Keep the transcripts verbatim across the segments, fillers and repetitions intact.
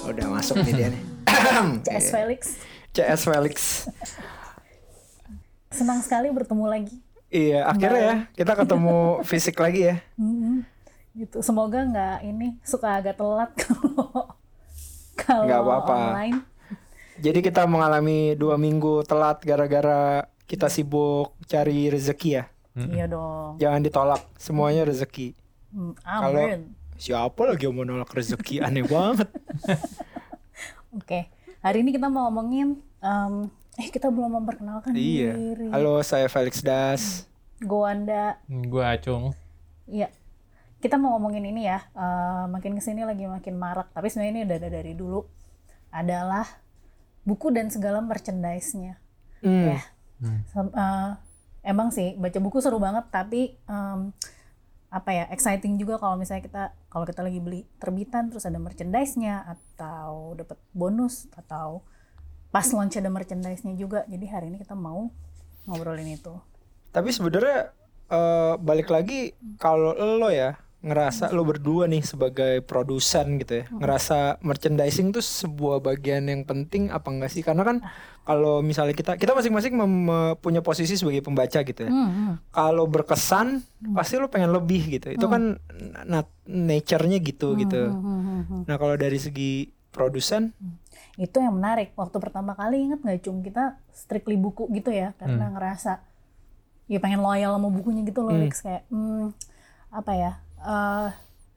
Udah masuk nih dia nih. C S Felix. C S Felix. Senang sekali bertemu lagi. Iya, akhirnya ya kita ketemu fisik lagi ya. Mm-hmm. Gitu. Semoga nggak ini suka agak telat kalau kalau online. Jadi kita mengalami dua minggu telat gara-gara kita sibuk cari rezeki ya. Mm-hmm. Iya dong. Jangan ditolak, semuanya rezeki. Mm, kalau siapa lagi yang mau nolak rezeki, aneh banget. Oke, okay. Hari ini kita mau ngomongin. Um, Eh kita belum memperkenalkan iya. diri. Halo, saya Felix Das. Gue Wanda. Gue Acung. Iya. Kita mau ngomongin ini ya. Uh, makin kesini lagi makin marak. Tapi sebenarnya ini udah ada dari dulu. Adalah buku dan segala merchandise-nya. Hmm. Ya. Hmm. Uh, emang sih baca buku seru banget. Tapi um, apa ya? Exciting juga kalau misalnya kita kalau kita lagi beli terbitan terus ada merchandise-nya atau dapat bonus atau pas launch ada merchandise-nya juga. Jadi hari ini kita mau ngobrolin itu. Tapi sebenarnya uh, balik lagi kalau lo ya ngerasa hmm. lo berdua nih sebagai produsen gitu ya, hmm. ngerasa merchandising tuh sebuah bagian yang penting apa enggak sih? Karena kan kalau misalnya kita kita masing-masing mem- punya posisi sebagai pembaca gitu ya. Hmm. Kalau berkesan hmm. pasti lo pengen lebih gitu. Itu hmm. kan nat- nature-nya gitu hmm. gitu. Hmm. Nah kalau dari segi produsen hmm. itu yang menarik. Waktu pertama kali inget nggak Cung, kita strictly buku gitu ya, karena hmm. ngerasa ya pengen loyal sama bukunya gitu loh. hmm. Lex kayak hmm, apa ya uh,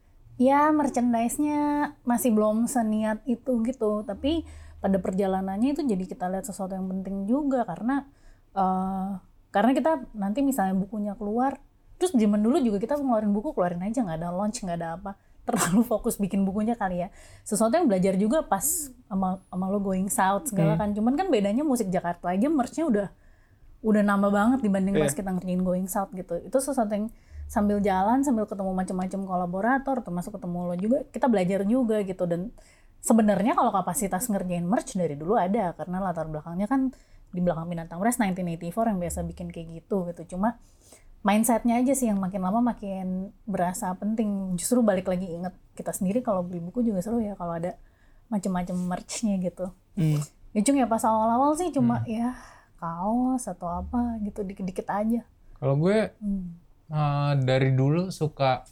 ya merchandise-nya masih belum seniat itu gitu, tapi pada perjalanannya itu jadi kita lihat sesuatu yang penting juga karena uh, karena kita nanti misalnya bukunya keluar, terus zaman dulu juga kita ngeluarin buku keluarin aja, nggak ada launch, nggak ada apa, terlalu fokus bikin bukunya kali ya. Sesuatu yang belajar juga pas sama, sama lo going south segala hmm. kan. Cuman kan bedanya Musik Jakarta aja merch-nya udah udah nambah banget dibanding yeah. pas kita ngerjain going south gitu. Itu sesuatu yang sambil jalan, sambil ketemu macam-macam kolaborator, termasuk ketemu lo juga, kita belajar juga gitu. Dan sebenarnya kalau kapasitas ngerjain merch dari dulu ada, karena latar belakangnya kan di belakang Binatang Press nineteen eighty-four yang biasa bikin kayak gitu gitu. Cuma mindset-nya aja sih yang makin lama makin berasa penting. Justru balik lagi inget kita sendiri kalau beli buku juga seru ya kalau ada macam-macam merch-nya gitu. Hmm. Ya Cung ya pas awal-awal sih cuma hmm. ya kaos atau apa gitu dikit-dikit aja. Kalau gue hmm. uh, dari dulu suka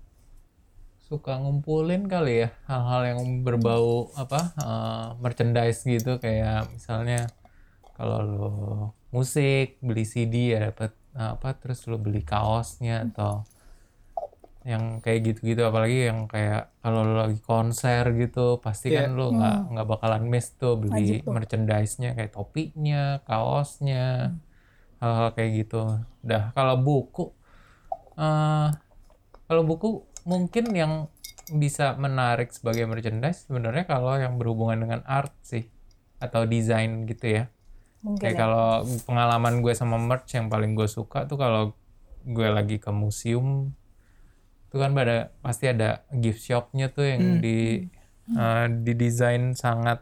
suka ngumpulin kali ya hal-hal yang berbau apa uh, merchandise gitu, kayak misalnya kalau lo musik beli C D ya dapat apa, terus lo beli kaosnya atau yang kayak gitu-gitu, apalagi yang kayak kalau lo lagi konser gitu pasti yeah. kan lo nggak hmm. nggak bakalan miss tuh beli merchandise-nya kayak topinya, kaosnya, hmm. hal-hal kayak gitu. Dah kalau buku, uh, kalau buku mungkin yang bisa menarik sebagai merchandise sebenarnya kalau yang berhubungan dengan art sih atau desain gitu ya. Mungkin kayak ya. Kalau pengalaman gue sama merch yang paling gue suka tuh kalau gue lagi ke museum tuh kan pada pasti ada gift shopnya tuh yang hmm. di hmm. uh, didesain sangat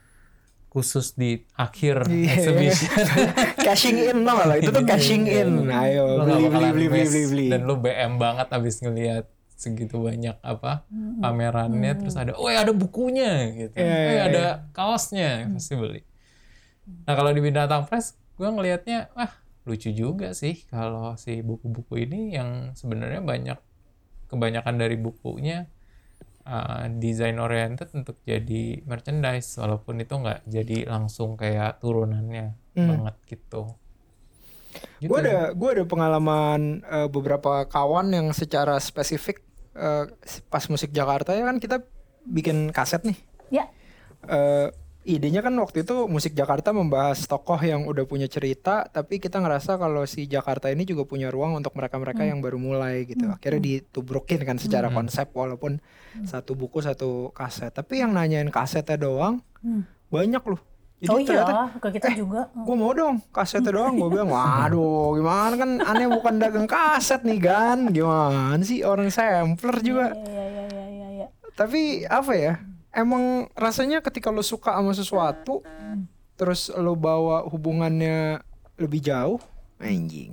khusus di akhir yeah. exhibition. Cashing in loh lah itu tuh cashing in. Ayo beli beli beli beli beli beli. Dan lu B M banget abis ngelihat segitu banyak apa hmm. pamerannya, hmm. terus ada, oh ada bukunya gitu, yeah, oh yeah, ada yeah. kaosnya, pasti beli. Nah kalau di Binatang Press gue ngelihatnya wah lucu juga sih kalau si buku-buku ini yang sebenarnya banyak kebanyakan dari bukunya uh, design oriented untuk jadi merchandise, walaupun itu nggak jadi langsung kayak turunannya hmm. banget gitu. gitu. Gue ada gue ada pengalaman uh, beberapa kawan yang secara spesifik uh, pas Musik Jakarta ya kan kita bikin kaset nih. Ya. Uh, idenya kan waktu itu Musik Jakarta membahas tokoh yang udah punya cerita, tapi kita ngerasa kalau si Jakarta ini juga punya ruang untuk mereka-mereka hmm. yang baru mulai gitu. Akhirnya ditubrukin kan secara hmm. konsep walaupun hmm. satu buku satu kaset. Tapi yang nanyain kasetnya doang hmm. banyak loh. Jadi oh ternyata, iya, ke kita eh, juga. Gue mau dong kasetnya doang. Gue bilang, waduh gimana kan aneh bukan dagang kaset nih kan. Gimana sih orang sampler juga. Iya, iya, iya, iya, iya. Tapi apa ya, emang rasanya ketika lo suka sama sesuatu hmm. terus lo bawa hubungannya lebih jauh, anjing.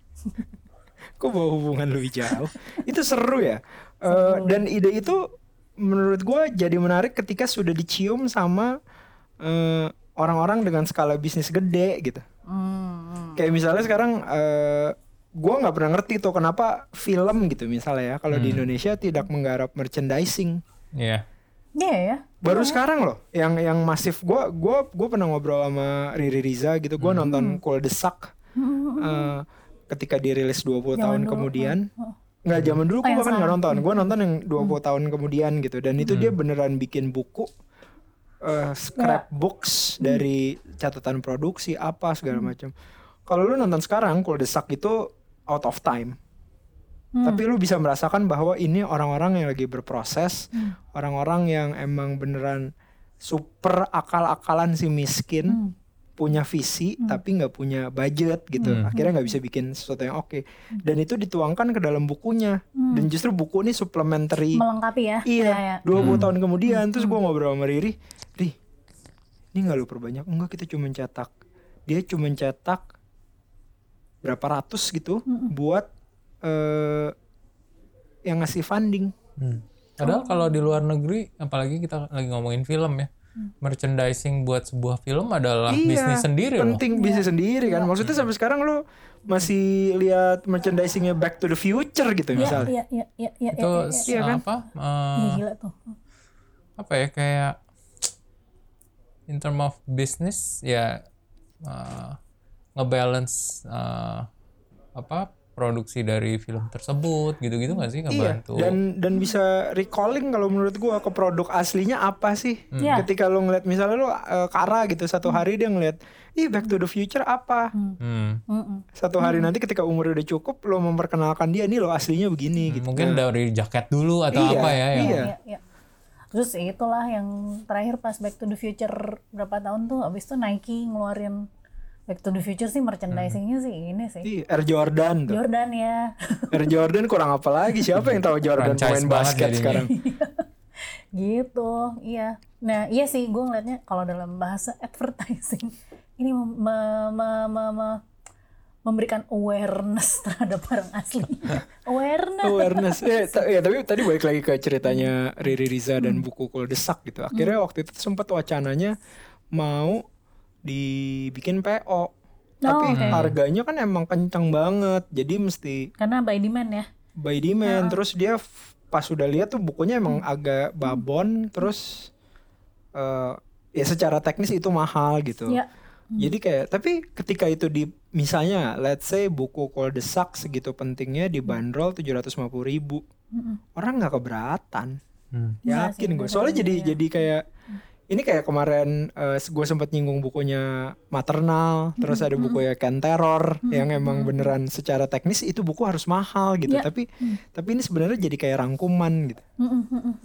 Kok bawa hubungan lebih jauh? Itu seru ya. Uh, dan ide itu menurut gue jadi menarik ketika sudah dicium sama uh, orang-orang dengan skala bisnis gede gitu. Hmm. Kayak misalnya sekarang uh, gue nggak pernah ngerti tuh kenapa film gitu misalnya ya kalau hmm. di Indonesia tidak menggarap merchandising. Iya. Yeah. Iya yeah, ya. Baru yeah. sekarang loh yang yang masif. Gue gue gue pernah ngobrol sama Riri Riza gitu. Gue hmm. nonton Cool Desak uh, ketika dirilis dua puluh tahun dulu. Kemudian. Oh. Nggak, zaman dulu gue bahkan nggak nonton. Gue nonton yang dua puluh hmm. tahun kemudian gitu. Dan itu hmm. dia beneran bikin buku. Uh, scrapbooks yeah. dari catatan produksi apa segala macam. Kalau lu nonton sekarang Cool Desak itu out of time. Hmm. Tapi lu bisa merasakan bahwa ini orang-orang yang lagi berproses, hmm. orang-orang yang emang beneran super akal-akalan si miskin, hmm. punya visi hmm. tapi nggak punya budget gitu. Hmm. Akhirnya nggak bisa bikin sesuatu yang oke. Okay. Dan itu dituangkan ke dalam bukunya. Hmm. Dan justru buku ini supplementary. Melengkapi ya. Iya. Ya, ya. dua puluh hmm. tahun kemudian hmm. terus gue ngobrol sama Riri, Ri, ini nggak lu perbanyak? Enggak, kita cuma cetak. Dia cuma cetak berapa ratus gitu hmm. buat uh, yang ngasih funding. Hmm. Padahal oh. kalau di luar negeri, apalagi kita lagi ngomongin film ya, hmm. merchandising buat sebuah film adalah iya, bisnis sendiri penting loh. Penting bisnis yeah. sendiri kan. Maksudnya sampai sekarang lu masih lihat merchandisingnya Back to the Future gitu yeah, misalnya. Iya iya iya iya. Itu iya, iya, iya, kan? apa? Uh, iya gila tuh. Apa ya kayak in term of business ya uh, ngebalance uh, apa produksi dari film tersebut gitu-gitu nggak sih ngebantu? Iya, dan dan bisa recalling kalau menurut gua ke produk aslinya apa sih? Hmm. Yeah. Ketika lo ngeliat misalnya lo uh, Kara gitu satu hari dia ngeliat, ih Back to the Future apa? Hmm. Hmm. Satu hari hmm. nanti ketika umur udah cukup lo memperkenalkan dia, nih lo aslinya begini hmm, gitu. Mungkin nah. dari jaket dulu atau iya, apa ya? Yang... Iya. Iya, iya. Terus itulah yang terakhir pas Back to the Future berapa tahun tuh, abis itu Nike ngeluarin Back to the Future sih merchandisingnya hmm. sih ini sih. Iya, Air Jordan tuh. Jordan ya. Air Jordan kurang apa lagi? Siapa yang tahu Jordan pemain basket sekarang? Gitu, iya. Nah iya sih gue ngeliatnya kalau dalam bahasa advertising ini mem- me- me- me- me- memberikan awareness terhadap barang asli. awareness. Awareness. Eh, t- ya tapi tadi balik lagi ke ceritanya Riri Riza dan buku Cool Desak gitu. Akhirnya hmm. waktu itu sempat wacananya mau dibikin P O. Oh, tapi okay. harganya kan emang kencang banget. Jadi mesti karena by demand ya. By demand. Oh. Terus dia f- pas udah lihat tuh bukunya emang hmm. agak babon. Terus uh, ya secara teknis itu mahal gitu. Ya. Hmm. Jadi kayak tapi ketika itu di misalnya let's say buku Cool Desak segitu pentingnya dibanderol tujuh ratus lima puluh ribu. Hmm. Orang nggak keberatan. Hmm. Yakin gue. Soalnya jadi ya. jadi kayak ini kayak kemarin uh, gue sempat nyinggung bukunya Maternal, hmm. terus ada bukunya Ken Terror hmm. yang emang beneran secara teknis itu buku harus mahal gitu. Ya. Tapi hmm. tapi ini sebenarnya jadi kayak rangkuman gitu. Hmm.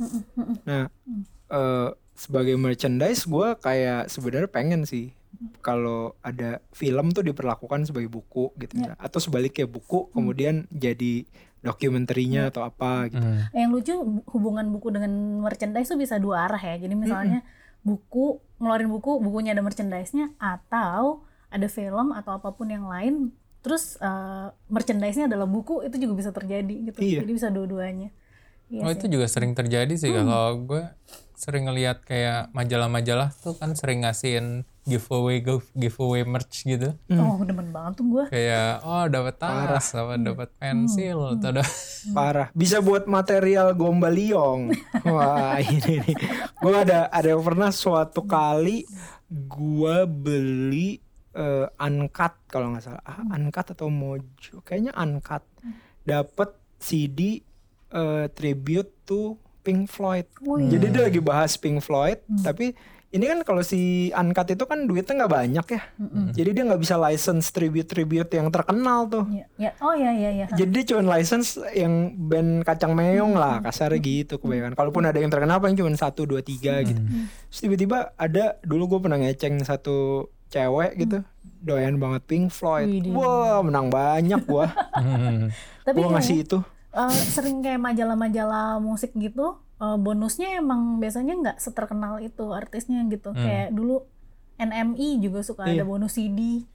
Nah uh, sebagai merchandise gue kayak sebenarnya pengen sih kalau ada film tuh diperlakukan sebagai buku gitu ya. Atau sebaliknya buku kemudian hmm. jadi dokumenterinya hmm. atau apa gitu. Hmm. Yang lucu hubungan buku dengan merchandise tuh bisa dua arah ya. Jadi misalnya hmm. buku ngeluarin buku, bukunya ada merchandise-nya atau ada film atau apapun yang lain terus uh, merchandise-nya adalah buku, itu juga bisa terjadi gitu. Iya. Jadi bisa dua-duanya. Iya oh sih. Itu juga sering terjadi sih hmm. kalau gue sering ngeliat kayak majalah-majalah tuh kan sering ngasihin giveaway giveaway merch gitu. Hmm. Oh demen banget tuh gue. Kayak oh dapat tas, apa dapat pensil, hmm. atau ada parah. Bisa buat material gombaliong. Wah ini nih. Gue ada ada yang pernah suatu kali gue beli uh, uncut kalau nggak salah, ah, uncut atau mojo, kayaknya uncut. Dapat C D uh, tribute to Pink Floyd. Hmm. Jadi dia lagi bahas Pink Floyd, hmm. tapi ini kan kalau si uncut itu kan duitnya nggak banyak ya, hmm. jadi dia nggak bisa license tribute-tribute yang terkenal tuh. Ya, ya. Oh ya ya ya. Jadi dia cuma license yang band Kacang Meong hmm. lah, kasarnya hmm. gitu kebanyakan. Kalaupun ada yang terkenal paling cuma satu, dua, tiga hmm. gitu. Terus tiba-tiba ada, dulu gue pernah ngeceng satu cewek gitu, hmm. doyan banget Pink Floyd. Widih. Wah menang banyak gue. Tapi gue ngasih itu. Uh, sering kayak majalah-majalah musik gitu, uh, bonusnya emang biasanya nggak seterkenal itu artisnya gitu. Hmm. Kayak dulu N M E juga suka yeah. ada bonus C D. Yeah.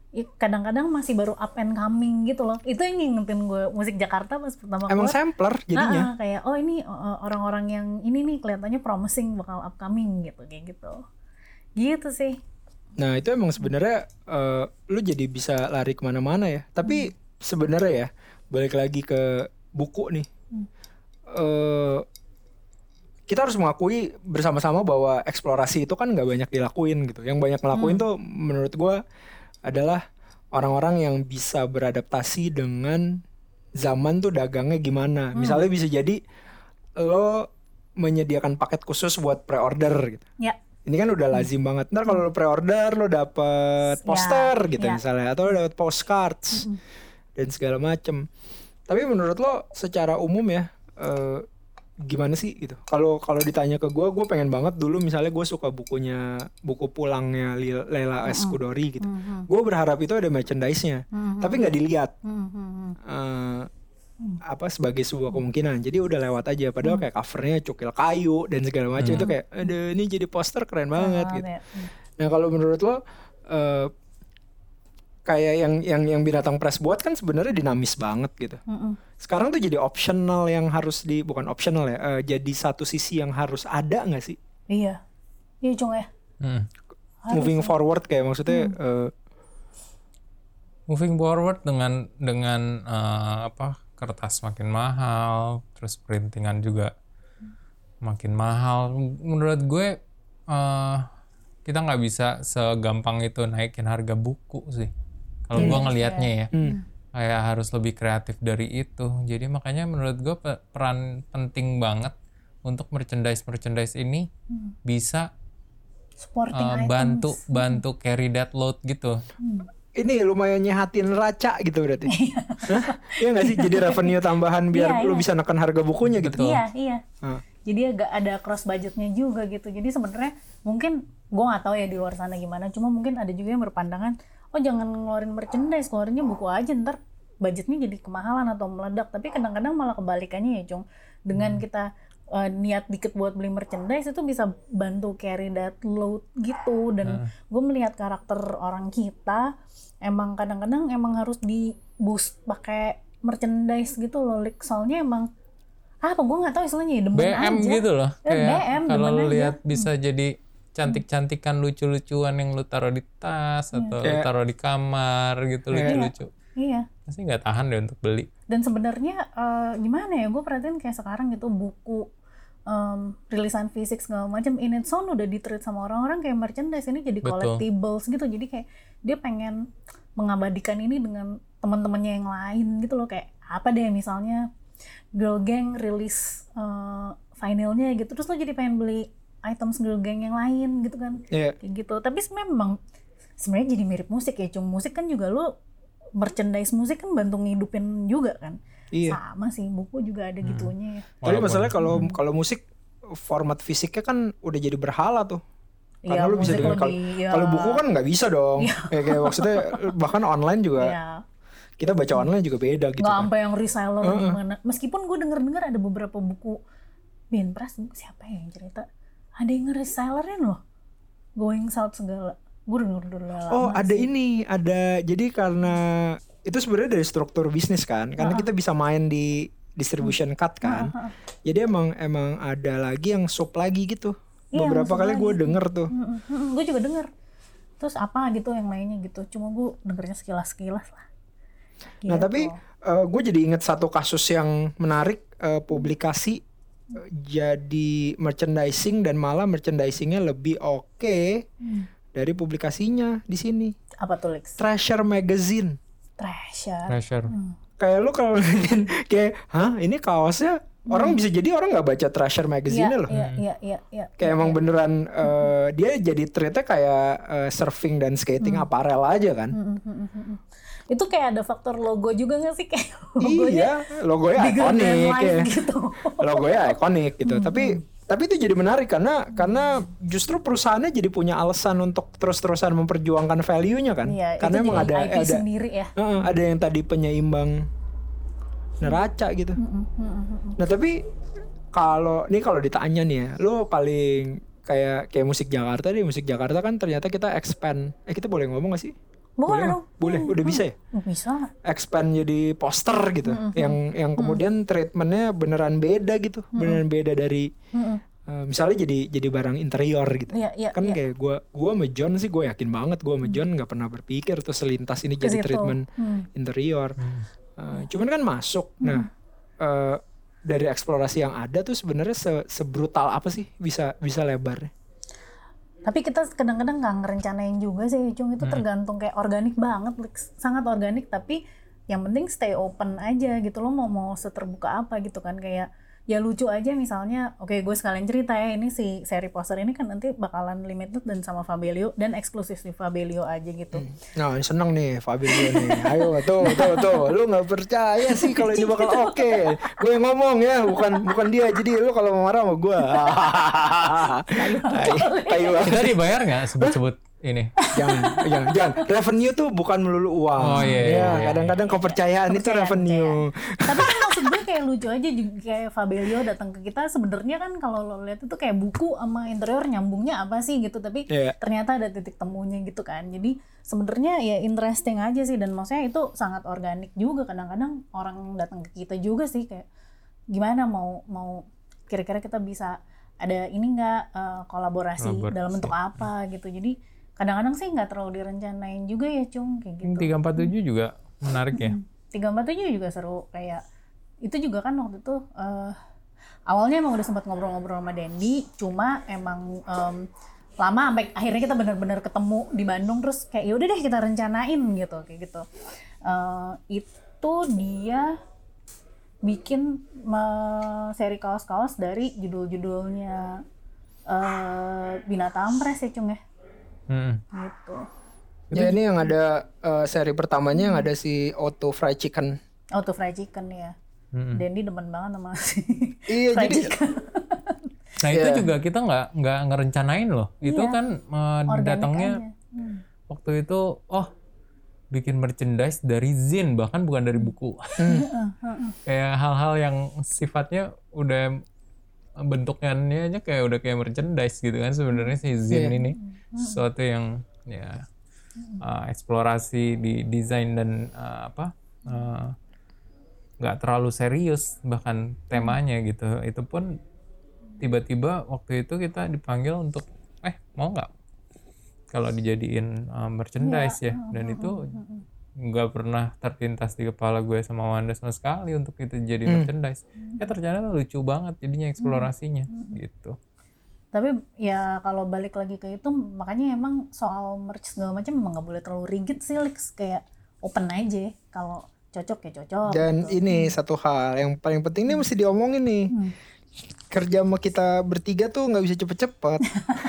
kadang-kadang masih baru up and coming gitu loh. Itu yang ngingetin gue musik Jakarta pas pertama Emang keluar. sampler jadinya. Nah, kayak oh ini uh, orang-orang yang ini nih kelihatannya promising bakal upcoming gitu kayak gitu. Gitu sih. Nah itu emang sebenarnya uh, lu jadi bisa lari kemana-mana ya. Tapi hmm. sebenarnya ya balik lagi ke buku nih. Hmm. Uh, kita harus mengakui bersama-sama bahwa eksplorasi itu kan nggak banyak dilakuin gitu. Yang banyak ngelakuin hmm. tuh menurut gue adalah orang-orang yang bisa beradaptasi dengan zaman tuh dagangnya gimana. Hmm. Misalnya bisa jadi lo menyediakan paket khusus buat pre-order gitu. Ya. Ini kan udah lazim hmm. banget. Ntar kalau lo pre-order lo dapet poster ya, gitu ya. Misalnya, atau lo dapet postcards hmm. dan segala macem. Tapi menurut lo secara umum ya, uh, gimana sih gitu? Kalau kalau ditanya ke gue, gue pengen banget dulu misalnya gue suka bukunya buku pulangnya Leila S. Chudori gitu. Mm-hmm. Gue berharap itu ada merchandise-nya, mm-hmm. tapi nggak dilihat mm-hmm. uh, apa sebagai sebuah kemungkinan. Jadi udah lewat aja. Padahal mm-hmm. kayak covernya cukil kayu dan segala macam mm-hmm. itu kayak, aduh ini jadi poster keren banget oh, gitu. Ya. Nah kalau menurut lo, uh, kayak yang yang yang Binatang Press buat kan sebenarnya dinamis banget gitu. Mm-mm. Sekarang tuh jadi optional yang harus di bukan optional ya, uh, jadi satu sisi yang harus ada nggak sih? Iya, iya Cung ya. Hmm. Moving forward kayak maksudnya. Hmm. Uh, moving forward dengan dengan uh, apa kertas makin mahal, terus printingan juga makin mahal. Menurut gue uh, kita nggak bisa segampang itu naikin harga buku sih. Kalau gue ngelihatnya ya, hmm. kayak harus lebih kreatif dari itu. Jadi makanya menurut gue peran penting banget untuk merchandise-merchandise ini hmm. bisa uh, bantu items. bantu carry that load gitu. Hmm. Ini lumayan nyehatin neraca gitu berarti. Hah? Iya nggak sih? Jadi revenue tambahan biar iya, lu iya. bisa neken harga bukunya gitu. Betul. Iya iya. Hmm. Jadi agak ada cross budgetnya juga gitu. Jadi sebenarnya mungkin gue nggak tahu ya di luar sana gimana. Cuma mungkin ada juga yang berpandangan, oh jangan ngeluarin merchandise, keluarinnya buku aja, ntar budgetnya jadi kemahalan atau meledak. Tapi kadang-kadang malah kebalikannya ya Cung. Dengan hmm. kita uh, niat dikit buat beli merchandise itu bisa bantu carry that load gitu. Dan hmm. gue melihat karakter orang kita emang kadang-kadang emang harus di boost pakai merchandise gitu loh. Soalnya emang apa gue nggak tahu istilahnya ya, demen B M aja gitu loh. eh, kayak B M kalau lu lihat aja. bisa hmm. jadi cantik-cantikan lucu-lucuan yang lu taruh di tas yeah. atau yeah. taruh di kamar gitu yeah. lucu-lucu. Iya. Pasti nggak tahan deh untuk beli. Dan sebenarnya uh, gimana ya, gue perhatiin kayak sekarang gitu buku um, rilisan fisik segala macam in its own udah di-treat sama orang-orang kayak merchandise, ini jadi Betul. collectibles gitu. Jadi kayak dia pengen mengabadikan ini dengan teman-temannya yang lain gitu loh. Kayak apa deh misalnya Girl Gang rilis uh, vinylnya gitu, terus lo jadi pengen beli items Girl Gang yang lain gitu kan. Yeah. Kayak gitu. Tapi memang sebenarnya jadi mirip musik ya, Cung. Musik kan juga lo merchandise musik kan bantu ngidupin juga kan. Iya. Sama sih, buku juga ada hmm. gitunya ya. Tapi masalahnya kalau hmm. kalau musik format fisiknya kan udah jadi berhala tuh. Karena ya, lu bisa dengan kalau ya. kalau buku kan nggak bisa dong. Ya. Kayak, kayak maksudnya bahkan online juga. Ya. Kita baca online juga beda gitu. Nggak kan. sampai yang reseller uh-uh. gimana. Meskipun gue denger-dengar ada beberapa buku Ben Pras, siapa ya yang cerita? Ada yang nge-resellerin loh. Going South segala. Gue denger dulu. Oh ada sih. Ini, ada. Jadi karena itu sebenarnya dari struktur bisnis kan. Karena uh-uh. kita bisa main di distribution cut kan. Uh-uh. Jadi emang emang ada lagi yang sub lagi gitu. Iya, beberapa kali gue denger tuh. Uh-uh. Uh-uh. Gue juga denger. Terus apa gitu yang lainnya gitu. Cuma gue dengernya sekilas-sekilas lah. Gitu. Nah tapi uh, gue jadi inget satu kasus yang menarik, uh, publikasi uh, jadi merchandising dan malah merchandisingnya lebih oke okay hmm. dari publikasinya di sini. Apa tuh Lex? Treasure Magazine. Treasure. Treasure. Hmm. Kayak lu kalau kayak, hah ini kaosnya hmm. orang bisa jadi orang nggak baca Treasure Magazine ya, loh. Iya iya iya. Ya, kayak ya, emang ya. beneran uh, dia jadi treatnya kayak uh, surfing dan skating hmm. apparel aja kan. Hmm, hmm, hmm, hmm. Itu kayak ada faktor logo juga nggak sih, kayak logonya? Iya, logonya ikonik ya. Gitu. Logonya ikonik gitu. Hmm. Tapi tapi itu jadi menarik karena karena justru perusahaannya jadi punya alasan untuk terus-terusan memperjuangkan value-nya kan. Iya, karena emang ada I P ada sendiri ya. Uh, ada yang tadi penyeimbang neraca gitu. Hmm, hmm, hmm, hmm. Nah, tapi kalau nih kalau ditanya nih ya, lo paling kayak kayak musik Jakarta deh, musik Jakarta kan ternyata kita expand. Eh kita boleh ngomong gak sih? Boleh nggak? dong. Boleh, udah bisa ya? Bisa. Expand jadi poster gitu, yang yang kemudian treatmentnya beneran beda gitu, beneran beda dari uh, misalnya jadi jadi barang interior gitu. Iya, iya, Kan iya. kayak gue gue sama John sih, gue yakin banget gue sama John nggak pernah berpikir tuh selintas ini jadi situ. treatment Hmm. interior. Uh, cuman kan masuk. Nah, uh, dari eksplorasi yang ada tuh sebenarnya se- sebrutal apa sih bisa bisa lebarnya? Tapi kita kadang-kadang nggak ngerencanain juga sih, Cung. Itu tergantung kayak organik banget, Lex. Sangat organik. Tapi yang penting stay open aja gitu. Lo mau mau seterbuka apa gitu kan, kayak ya lucu aja misalnya. Oke, gue sekalian cerita ya, ini si seri poster ini kan nanti bakalan limited dan sama Fabelio dan eksklusif di Fabelio aja gitu. Nah, seneng nih Fabelio nih. Ayo tuh tuh tuh, lu nggak percaya sih kalau ini bakal oke. Gue yang ngomong ya, bukan bukan dia. Jadi lu kalau mau marah sama gue. Ayo, Kita dibayar nggak sebut-sebut ini? jangan jangan jangan. Revenue tuh bukan melulu uang. Oh, iya, iya, Ya, iya. kadang-kadang kepercayaan itu Kepercayaan, revenue. Tapi kan maksud gue kayak lucu aja juga, kayak Fabelio datang ke kita sebenarnya kan kalau lo lihat itu kayak buku sama interior nyambungnya apa sih gitu, tapi Iya. ternyata ada titik temunya gitu kan. Jadi sebenarnya ya interesting aja sih, dan maksudnya itu sangat organik juga. Kadang-kadang orang datang ke kita juga sih kayak gimana mau mau kira-kira kita bisa ada ini nggak uh, kolaborasi, Kolaborasi. dalam bentuk apa gitu. Jadi kadang-kadang sih nggak terlalu direncanain juga ya, Cung, kayak gitu. tiga empat tujuh juga menarik ya. tiga empat tujuh juga seru, kayak itu juga kan waktu itu uh, awalnya emang udah sempat ngobrol-ngobrol sama Dendi, cuma emang um, lama sampai akhirnya kita benar-benar ketemu di Bandung, terus kayak yaudah deh kita rencanain gitu kayak gitu. Uh, itu dia bikin uh, seri kaos-kaos dari judul-judulnya uh, Binatang Press ya, Cung ya, Hmm. gitu. Ya ini yang ada uh, seri pertamanya yang ada si Otto Fried Chicken. Auto Fried Chicken ya. Hmm. Dendi demen banget sama si Iya, fried jadi- chicken. Nah itu Iya. juga kita nggak nggak ngerencanain loh. Itu Iya. kan uh, Organik datangnya aja. Hmm. waktu itu, oh bikin merchandise dari zin, bahkan bukan dari buku. Kayak hal-hal yang sifatnya udah bentuknya aja kayak udah kayak merchandise gitu kan sebenarnya si zin Iya. ini. Sesuatu yang ya uh, eksplorasi di desain dan uh, apa uh, nggak terlalu serius bahkan temanya gitu. Itu pun tiba-tiba waktu itu kita dipanggil untuk eh mau nggak kalau dijadiin uh, merchandise ya, dan itu nggak pernah terlintas di kepala gue sama Wanda sama sekali untuk itu jadi merchandise. Ya ternyata lucu banget jadinya eksplorasinya gitu. Tapi ya kalau balik lagi ke itu, makanya emang soal merch segala macam emang nggak boleh terlalu rigid sih, Lex. Kayak open aja, kalau cocok ya cocok. Dan gitu. ini satu hal yang paling penting ini mesti diomongin nih. Kerja sama kita bertiga tuh nggak bisa cepet-cepet.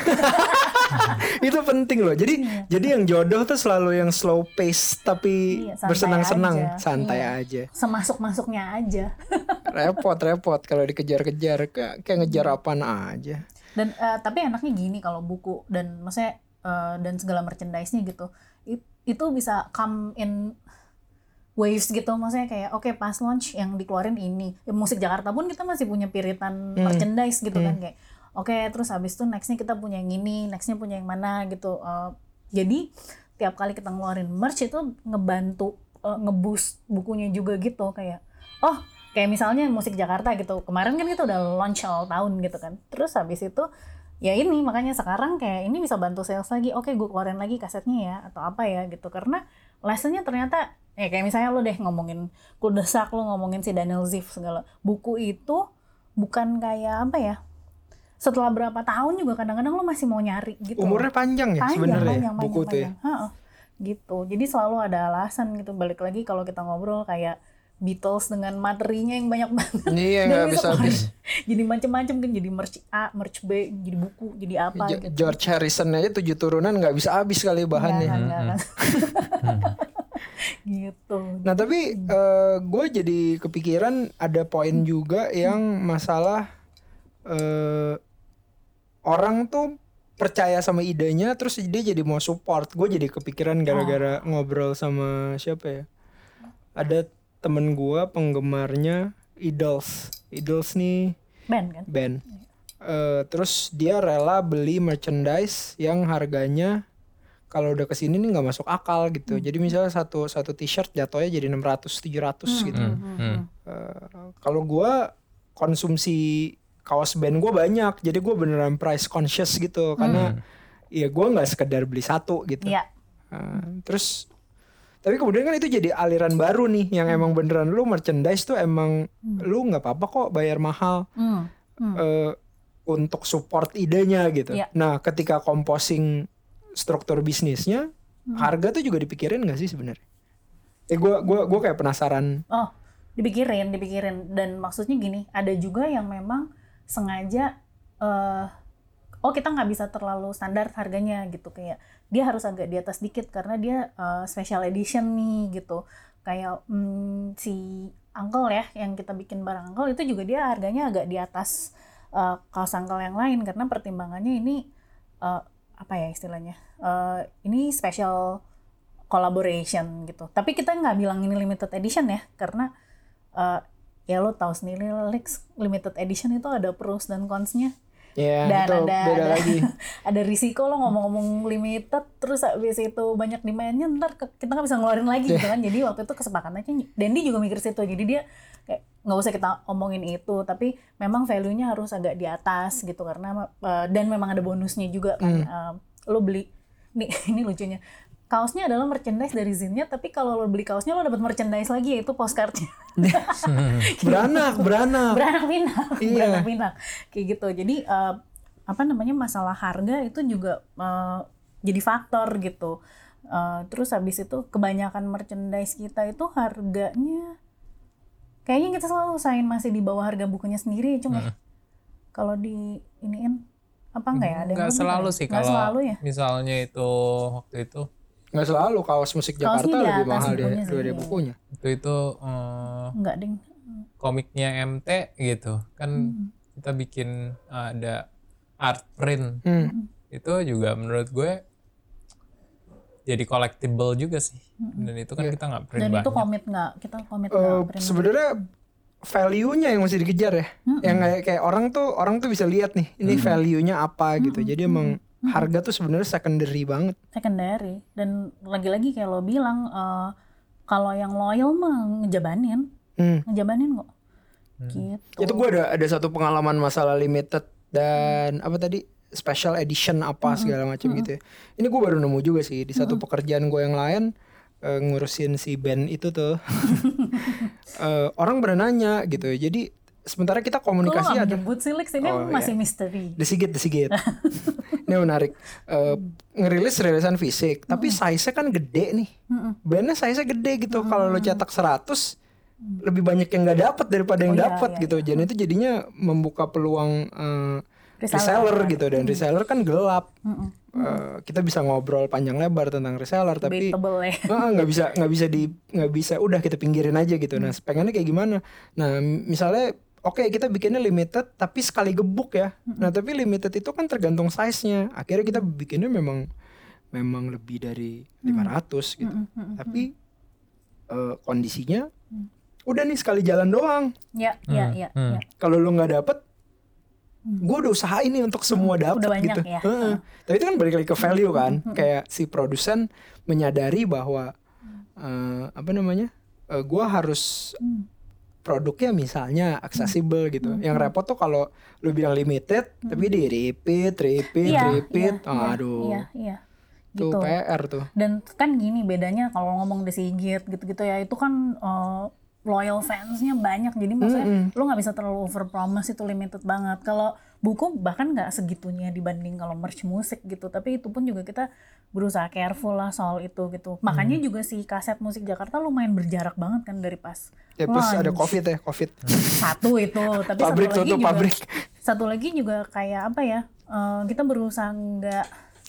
Itu penting loh. Jadi jadi yang jodoh tuh selalu yang slow pace tapi Iya, santai bersenang-senang, aja. santai Iya. aja. Semasuk-masuknya aja. Repot-repot kalau dikejar-kejar, kayak, kayak ngejar apaan aja. Dan eh, tapi enaknya gini kalau buku dan maksudnya eh, dan segala merchandise-nya gitu, it- itu bisa come in waves gitu, maksudnya kayak oke pas launch yang dikeluarin ini. Ya, Musik Jakarta pun kita masih punya piritan merchandise gitu kan, kayak oke terus habis itu nextnya kita punya yang ini, nextnya punya yang mana gitu. Eh, jadi tiap kali kita ngeluarin merch itu ngebantu eh, ngeboost bukunya juga gitu, kayak oh kayak misalnya Musik Jakarta gitu, kemarin kan kita udah launch awal tahun gitu kan, terus habis itu ya ini makanya sekarang kayak ini bisa bantu sales lagi, oke gue keluarin lagi kasetnya ya atau apa ya gitu, karena lessonnya ternyata ya kayak misalnya lo deh ngomongin Kudesak, lo ngomongin si Daniel Ziff segala, buku itu bukan kayak apa ya, setelah berapa tahun juga kadang-kadang lo masih mau nyari gitu. Umurnya panjang ya Panjang, sebenarnya panjang, buku panjang, tuh ya. panjang. Ha-ha. Gitu. Jadi selalu ada alasan gitu. Balik lagi kalau kita ngobrol kayak Beatles dengan materinya yang banyak banget. Iya, Dan nggak bisa bisa habis. jadi macem-macem kan, jadi merch A, merch B, jadi buku, jadi apa Jo- gitu. George Harrison aja tujuh turunan nggak bisa habis kali bahannya. Nggak, nggak, nggak. Gitu. Nah tapi gue jadi kepikiran ada poin juga yang masalah eh, orang tuh percaya sama idenya terus dia jadi mau support. Gue jadi kepikiran gara-gara ngobrol sama siapa ya, ada temen gue penggemarnya Idols. Idols nih Band kan? band. Eh, terus dia rela beli merchandise yang harganya kalau udah kesini nih nggak masuk akal gitu. Hmm. Jadi misalnya satu satu t-shirt jatuhnya jadi enam ratus tujuh ratus hmm. gitu. Hmm. Hmm. Uh, kalau gue konsumsi kaos band gue banyak, jadi gue beneran price conscious gitu, karena hmm. ya gue nggak sekedar beli satu gitu. Yeah. Uh, terus tapi kemudian kan itu jadi aliran baru nih, yang hmm. emang beneran lu merchandise tuh emang hmm. lu nggak apa-apa kok bayar mahal hmm. Hmm. Uh, untuk support idenya gitu. Yeah. Nah ketika composing struktur bisnisnya, hmm. harga tuh juga dipikirin nggak sih sebenarnya? Eh gue gue gue kayak penasaran. Oh dipikirin dipikirin dan maksudnya gini, ada juga yang memang sengaja uh, oh kita nggak bisa terlalu standar harganya gitu, kayak dia harus agak di atas dikit karena dia uh, special edition nih gitu, kayak um, si Uncle ya yang kita bikin barang Uncle itu juga dia harganya agak di atas uh, kaos Uncle yang lain karena pertimbangannya ini uh, apa ya istilahnya uh, ini special collaboration gitu, tapi kita nggak bilang ini limited edition ya karena uh, ya lo tahu sendiri Lex, limited edition itu ada pros dan cons-nya. Yeah, dan itu ada beda ada, lagi. ada risiko lo ngomong-ngomong limited terus habis itu banyak demand-nya ntar ke, kita nggak bisa ngeluarin lagi gitu kan. Jadi waktu itu kesepakatannya Dendi juga mikir situ. Jadi dia kayak nggak usah kita omongin itu, tapi memang value-nya harus agak di atas gitu karena uh, dan memang ada bonusnya juga kan. Hmm. Uh, lo beli nih ini lucunya. Kaosnya adalah merchandise dari Zinnya, tapi kalau lo beli kaosnya lo dapat merchandise lagi, yaitu postcardnya. beranak, beranak. Beranak pinak, iya. beranak pinak. Kayak gitu. Jadi uh, apa namanya masalah harga itu juga uh, jadi faktor gitu. Uh, terus habis itu kebanyakan merchandise kita itu harganya kayaknya kita selalu usahain masih di bawah harga bukunya sendiri, cuma hmm. kalau di iniin apa enggak ya? Ada nggak selalu ya? sih nggak kalau selalu ya? misalnya itu waktu itu. Nggak selalu, kaos musik Jakarta lebih mahal dari bukunya. Itu itu uh, enggak ding. Komiknya M T gitu kan hmm. kita bikin uh, ada art print hmm. itu juga menurut gue jadi collectible juga sih hmm. dan itu kan yeah. kita nggak print dan banyak. Dan itu komit nggak kita komit uh, nggak print. Sebenarnya value-nya yang masih dikejar ya, hmm. yang kayak kayak orang tuh orang tuh bisa lihat nih ini hmm. value-nya apa gitu. Hmm. Jadi emang Hmm. harga tuh sebenarnya secondary banget. Secondary dan lagi-lagi kayak lo bilang uh, kalau yang loyal mah ngejabanin, hmm. ngejabanin kok. Hmm. Gitu. Itu gue ada ada satu pengalaman masalah limited dan hmm. apa tadi special edition apa hmm. segala macam hmm. gitu ya. Ini gue baru nemu juga sih di satu hmm. pekerjaan gue yang lain uh, ngurusin si band itu tuh. uh, orang berenanya gitu. Jadi sementara kita komunikasi ada. Jemput sih Lex, ini oh, masih ya. Misteri. Desigit, desigit. Ini menarik. Uh, ngerilis rilisan fisik, mm-hmm. tapi size-nya kan gede nih. Mm-hmm. Bandnya size-nya gede gitu. Mm-hmm. Kalau lo cetak seratus, mm-hmm. lebih banyak yang nggak dapat daripada yang oh, dapat iya, gitu. Iya. Jadi itu jadinya membuka peluang uh, reseller, reseller gitu. Dan mm-hmm. reseller kan gelap. Mm-hmm. Uh, kita bisa ngobrol panjang lebar tentang reseller, tapi nggak ya. bisa nggak bisa di nggak bisa. Udah kita pinggirin aja gitu. Mm-hmm. Nah, pengennya kayak gimana? Nah, misalnya oke okay, kita bikinnya limited tapi sekali gebuk ya. Mm-hmm. Nah tapi limited itu kan tergantung size-nya. Akhirnya kita bikinnya memang memang lebih dari lima ratus gitu. Mm-hmm. Tapi uh, kondisinya mm. udah nih sekali jalan doang. Ya, ya, ya. Mm. Kalau lu nggak dapet, mm. gue udah usahain nih untuk semua mm. dapet gitu. Ya. Uh-uh. Tapi itu kan balik lagi ke value kan. Mm-hmm. Kayak si produsen menyadari bahwa uh, apa namanya, uh, gue harus mm. produknya misalnya aksesibel hmm. gitu. Hmm. Yang repot tuh kalau lu bilang limited hmm. tapi di repeat, repeat, iya, repeat. Iya, oh, aduh. Iya, iya. Gitu. Tuh P R tuh. Dan kan gini bedanya kalau ngomong The Sigit gitu-gitu ya, itu kan uh, loyal fansnya banyak. Jadi maksudnya mm-hmm. lu nggak bisa terlalu overpromise, itu limited banget. Kalau buku bahkan nggak segitunya dibanding kalau merch musik gitu. Tapi itu pun juga kita berusaha careful lah soal itu gitu. Makanya hmm. juga si kaset musik Jakarta lumayan berjarak banget kan dari pas ya plus launch. Ada covid ya covid satu itu tapi pabrik satu lagi juga pabrik. Satu lagi juga kayak apa ya, uh, kita berusaha nggak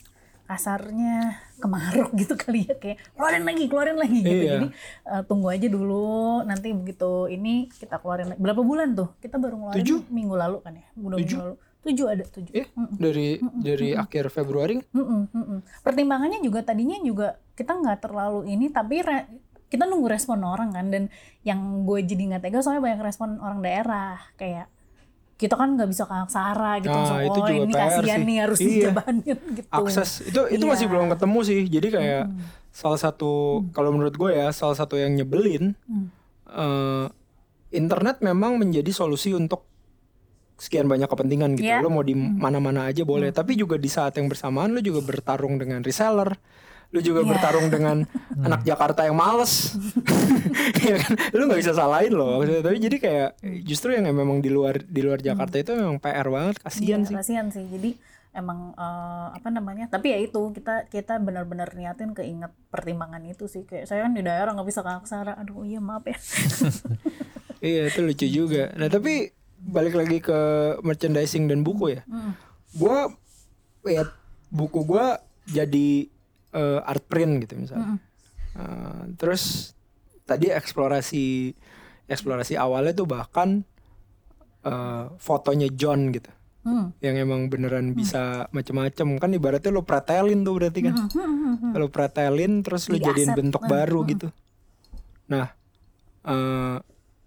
kasarnya kemaruk gitu kali ya, kayak keluarin lagi keluarin lagi gitu. Iya. Jadi uh, tunggu aja dulu, nanti begitu ini kita keluarin lagi. Berapa bulan tuh kita baru ngeluarin? Tujuh? Minggu lalu kan ya, bulan minggu lalu tujuh ada tujuh eh, dari Mm-mm. dari Mm-mm. akhir Februari. Mm-mm. Mm-mm. Pertimbangannya juga tadinya juga kita nggak terlalu ini, tapi re- kita nunggu respon orang kan. Dan yang gue jadi nggak tega soalnya banyak respon orang daerah kayak kita kan nggak bisa ke aksara gitu, Nah, langsung itu oh juga ini P R kasihan sih. nih harus Iya. dijabanin gitu. Akses itu itu Iya. masih belum ketemu sih. Jadi kayak salah satu kalau menurut gue ya salah satu yang nyebelin eh, internet memang menjadi solusi untuk sekian banyak kepentingan gitu. Iya. Lo mau di mana-mana aja boleh. Tapi juga di saat yang bersamaan lo juga bertarung dengan reseller. Lu juga Iya. bertarung dengan anak Jakarta yang males. Iya kan? Lu nggak bisa salahin loh. Maksudnya, tapi jadi kayak justru yang memang di luar di luar Jakarta itu memang P R banget. Kasian Iya, sih. kasihan sih. Jadi emang eh, apa namanya? Tapi ya itu kita kita benar-benar niatin keinget pertimbangan itu sih. Kayak saya kan di daerah nggak bisa ke aksara. Aduh iya maaf ya. Iya itu lucu juga. Nah tapi balik lagi ke merchandising dan buku ya. Gua ya buku gua jadi uh, art print gitu misalnya. Uh, terus tadi eksplorasi eksplorasi awalnya tuh bahkan uh, fotonya John gitu. Hmm. Yang emang beneran bisa macem-macem. Kan ibaratnya lo pretelin tuh berarti kan. Lo pretelin terus lo Jadi jadiin aset. bentuk baru gitu. Nah uh,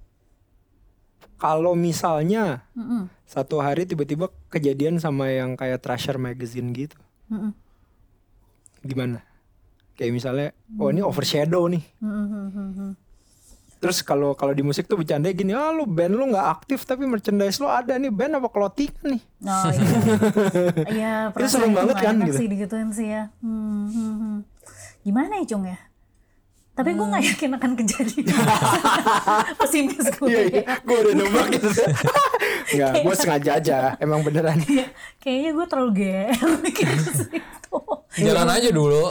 kalau misalnya Mm-mm. satu hari tiba-tiba kejadian sama yang kayak Thrasher Magazine gitu, Mm-mm. gimana? Kayak misalnya, oh ini overshadow nih. Mm-mm. Terus kalau kalau di musik tuh bercanda gini, ah lu band lu nggak aktif tapi merchandise lu ada nih, band apa clothing nih? Oh iya, iya Itu serem perasaan banget nggak kan, enak gitu. sih digituin sih ya. Hmm, hmm, hmm. Gimana ya Cung ya? Tapi gue nggak yakin akan kejadian. Pesimis gue. Iya, iya, gue udah nembak gitu. Nggak, gue sengaja aja, emang beneran. Kayaknya gue terlalu G R mikir ke situ. Jalan aja dulu.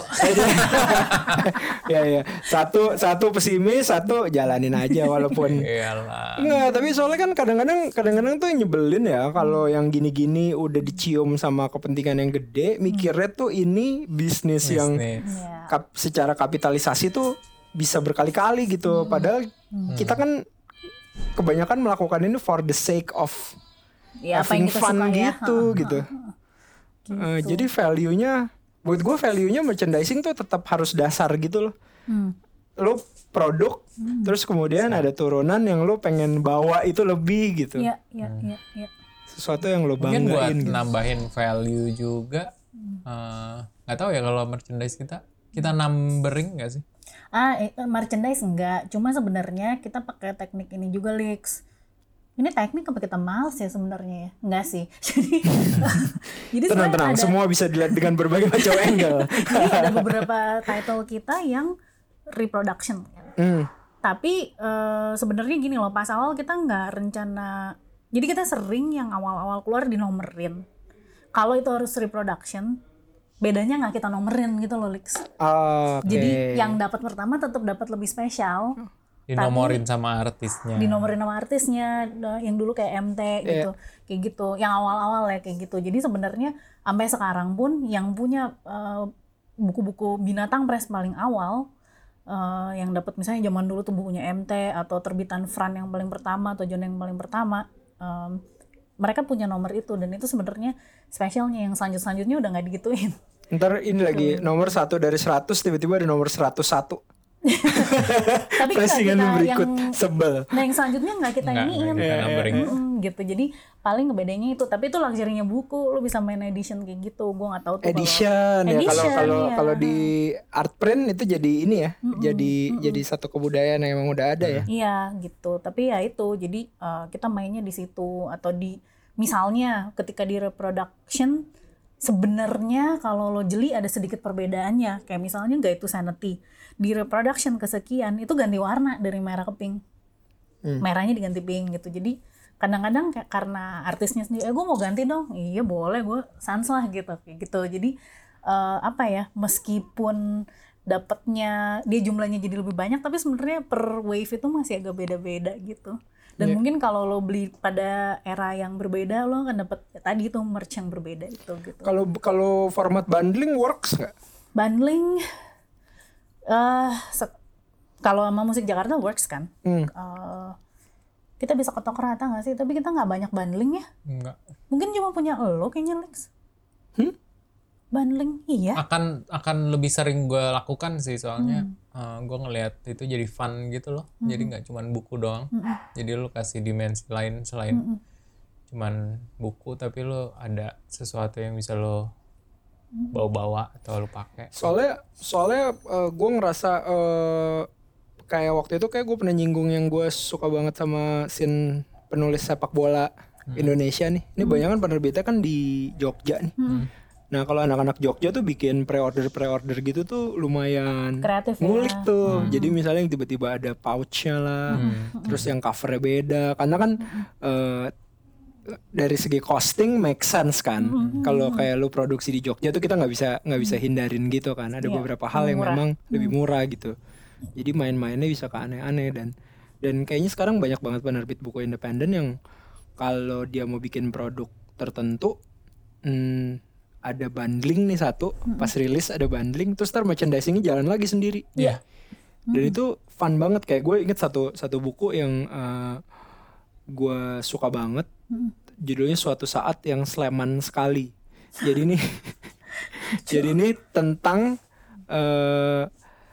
Ya ya, satu satu pesimis, satu jalanin aja walaupun. Iyalah. Enggak, tapi soalnya kan kadang-kadang kadang-kadang tuh nyebelin ya kalau yang gini-gini udah dicium sama kepentingan yang gede, mikirnya tuh ini bisnis yang Bisnis. Iya. kap- secara kapitalisasi tuh bisa berkali-kali gitu. Padahal kita kan kebanyakan melakukan ini for the sake of Ya, apa yang having kita fun suka ya. gitu gitu. Eh, jadi value-nya buat gue value-nya merchandising tuh tetap harus dasar gitu loh. Hmm. Lo produk terus kemudian ada turunan yang lo pengen bawa itu lebih gitu. Iya, iya, iya, iya. Sesuatu yang lo Mungkin buat banggain gitu. nambahin value juga. eh, Nggak tahu ya kalau merchandise kita kita numbering nggak sih? Ah, eh, merchandise enggak. Cuma sebenarnya kita pakai teknik ini juga, Lex. Ini teknik apa kita males ya sebenarnya ya? Enggak sih. Jadi jadi sebenarnya Tenang-tenang, ada, semua bisa dilihat dengan berbagai macam angle. jadi ada beberapa title kita yang reproduction. Hmm. Tapi eh, sebenarnya gini loh, pas awal kita nggak rencana. Jadi kita sering yang awal-awal keluar dinomerin. Kalau itu harus reproduction, bedanya nggak kita nomerin gitu loh, Lex. Oke. Jadi yang dapat pertama tetap dapat lebih spesial. Dinomorin sama artisnya. Dinomorin sama artisnya nah, yang dulu kayak M T gitu, kayak gitu, yang awal-awal ya kayak gitu. Jadi sebenarnya sampai sekarang pun yang punya uh, buku-buku binatang press paling awal uh, yang dapat misalnya zaman dulu tuh bukunya M T atau terbitan Fran yang paling pertama atau John yang paling pertama, um, mereka punya nomor itu dan itu sebenarnya spesialnya. Yang selanjut-selanjutnya udah nggak digituin. Ntar ini lagi nomor satu dari seratus tiba-tiba ada nomor seratus satu. Tapi nggak Pressingan kita berikut yang sebel. nah yang selanjutnya nggak kita Nggak, iniin. nggak kita numbering. Mm-mm, gitu. Jadi paling ngebedanya itu. Tapi itu luxury-nya buku, lu bisa main edition kayak gitu. Gue nggak tahu tuh. Edition ya kalau Edition, kalau iya. kalau di art print itu jadi ini ya, jadi jadi satu kebudayaan yang emang udah ada ya. Iya gitu. Tapi ya itu. Jadi uh, kita mainnya di situ atau di misalnya ketika di reproduction sebenarnya kalau lo jeli ada sedikit perbedaannya. Kayak misalnya nggak itu sanity. Di reproduction kesekian itu ganti warna dari merah ke pink. Merahnya diganti pink gitu. Jadi kadang-kadang kayak karena artisnya sendiri, eh gue mau ganti dong. Iya boleh, gue sans lah gitu. Kayak gitu. Jadi uh, apa ya, meskipun dapatnya dia jumlahnya jadi lebih banyak, tapi sebenarnya per wave itu masih agak beda-beda gitu. Dan mungkin kalau lo beli pada era yang berbeda, lo akan dapat ya, tadi tuh merch yang berbeda itu gitu. Kalau kalau format bundling works nggak? Bundling, eh se- kalau sama musik Jakarta works kan. Hmm. Eh, kita bisa ketok rata nggak sih? Tapi kita nggak banyak bundling ya. Enggak. Mungkin cuma punya lo kayaknya, Lex. Hmm? Bundling, iya. Akan akan lebih sering gue lakukan sih soalnya Hmm. gue ngelihat itu jadi fun gitu loh. Jadi nggak cuma buku doang. Hmm. Jadi lu kasih dimensi lain selain cuman buku tapi lo ada sesuatu yang bisa lo bawa-bawa atau lo pakai. Soalnya soalnya uh, gue ngerasa uh, kayak waktu itu kayak gue pernah nyinggung yang gue suka banget sama scene penulis sepak bola hmm. Indonesia nih. Ini hmm. banyak kan penerbitnya kan di Jogja nih. Hmm. Nah kalau anak-anak Jogja tuh bikin pre-order pre-order gitu tuh lumayan kreatif ngulik ya. tuh. Hmm. Jadi misalnya yang tiba-tiba ada pouchnya lah, hmm. terus yang covernya beda. Karena kan hmm. uh, dari segi costing make sense kan. Mm-hmm. Kalau kayak lu produksi di Jogja tuh kita nggak bisa nggak bisa hindarin gitu kan. Ada yeah. beberapa hal yang murah. memang mm. lebih murah gitu. Jadi main-mainnya bisa ke aneh-aneh dan dan kayaknya sekarang banyak banget penerbit buku independen yang kalau dia mau bikin produk tertentu hmm, ada bundling nih satu, mm-hmm. pas rilis ada bundling, terus ntar merchandisingnya jalan lagi sendiri. Iya. Yeah. Dan mm-hmm. itu fun banget. Kayak gue inget satu satu buku yang uh, gue suka banget, hmm. judulnya Suatu Saat Yang Sleman Sekali. Jadi ini jadi ini tentang uh,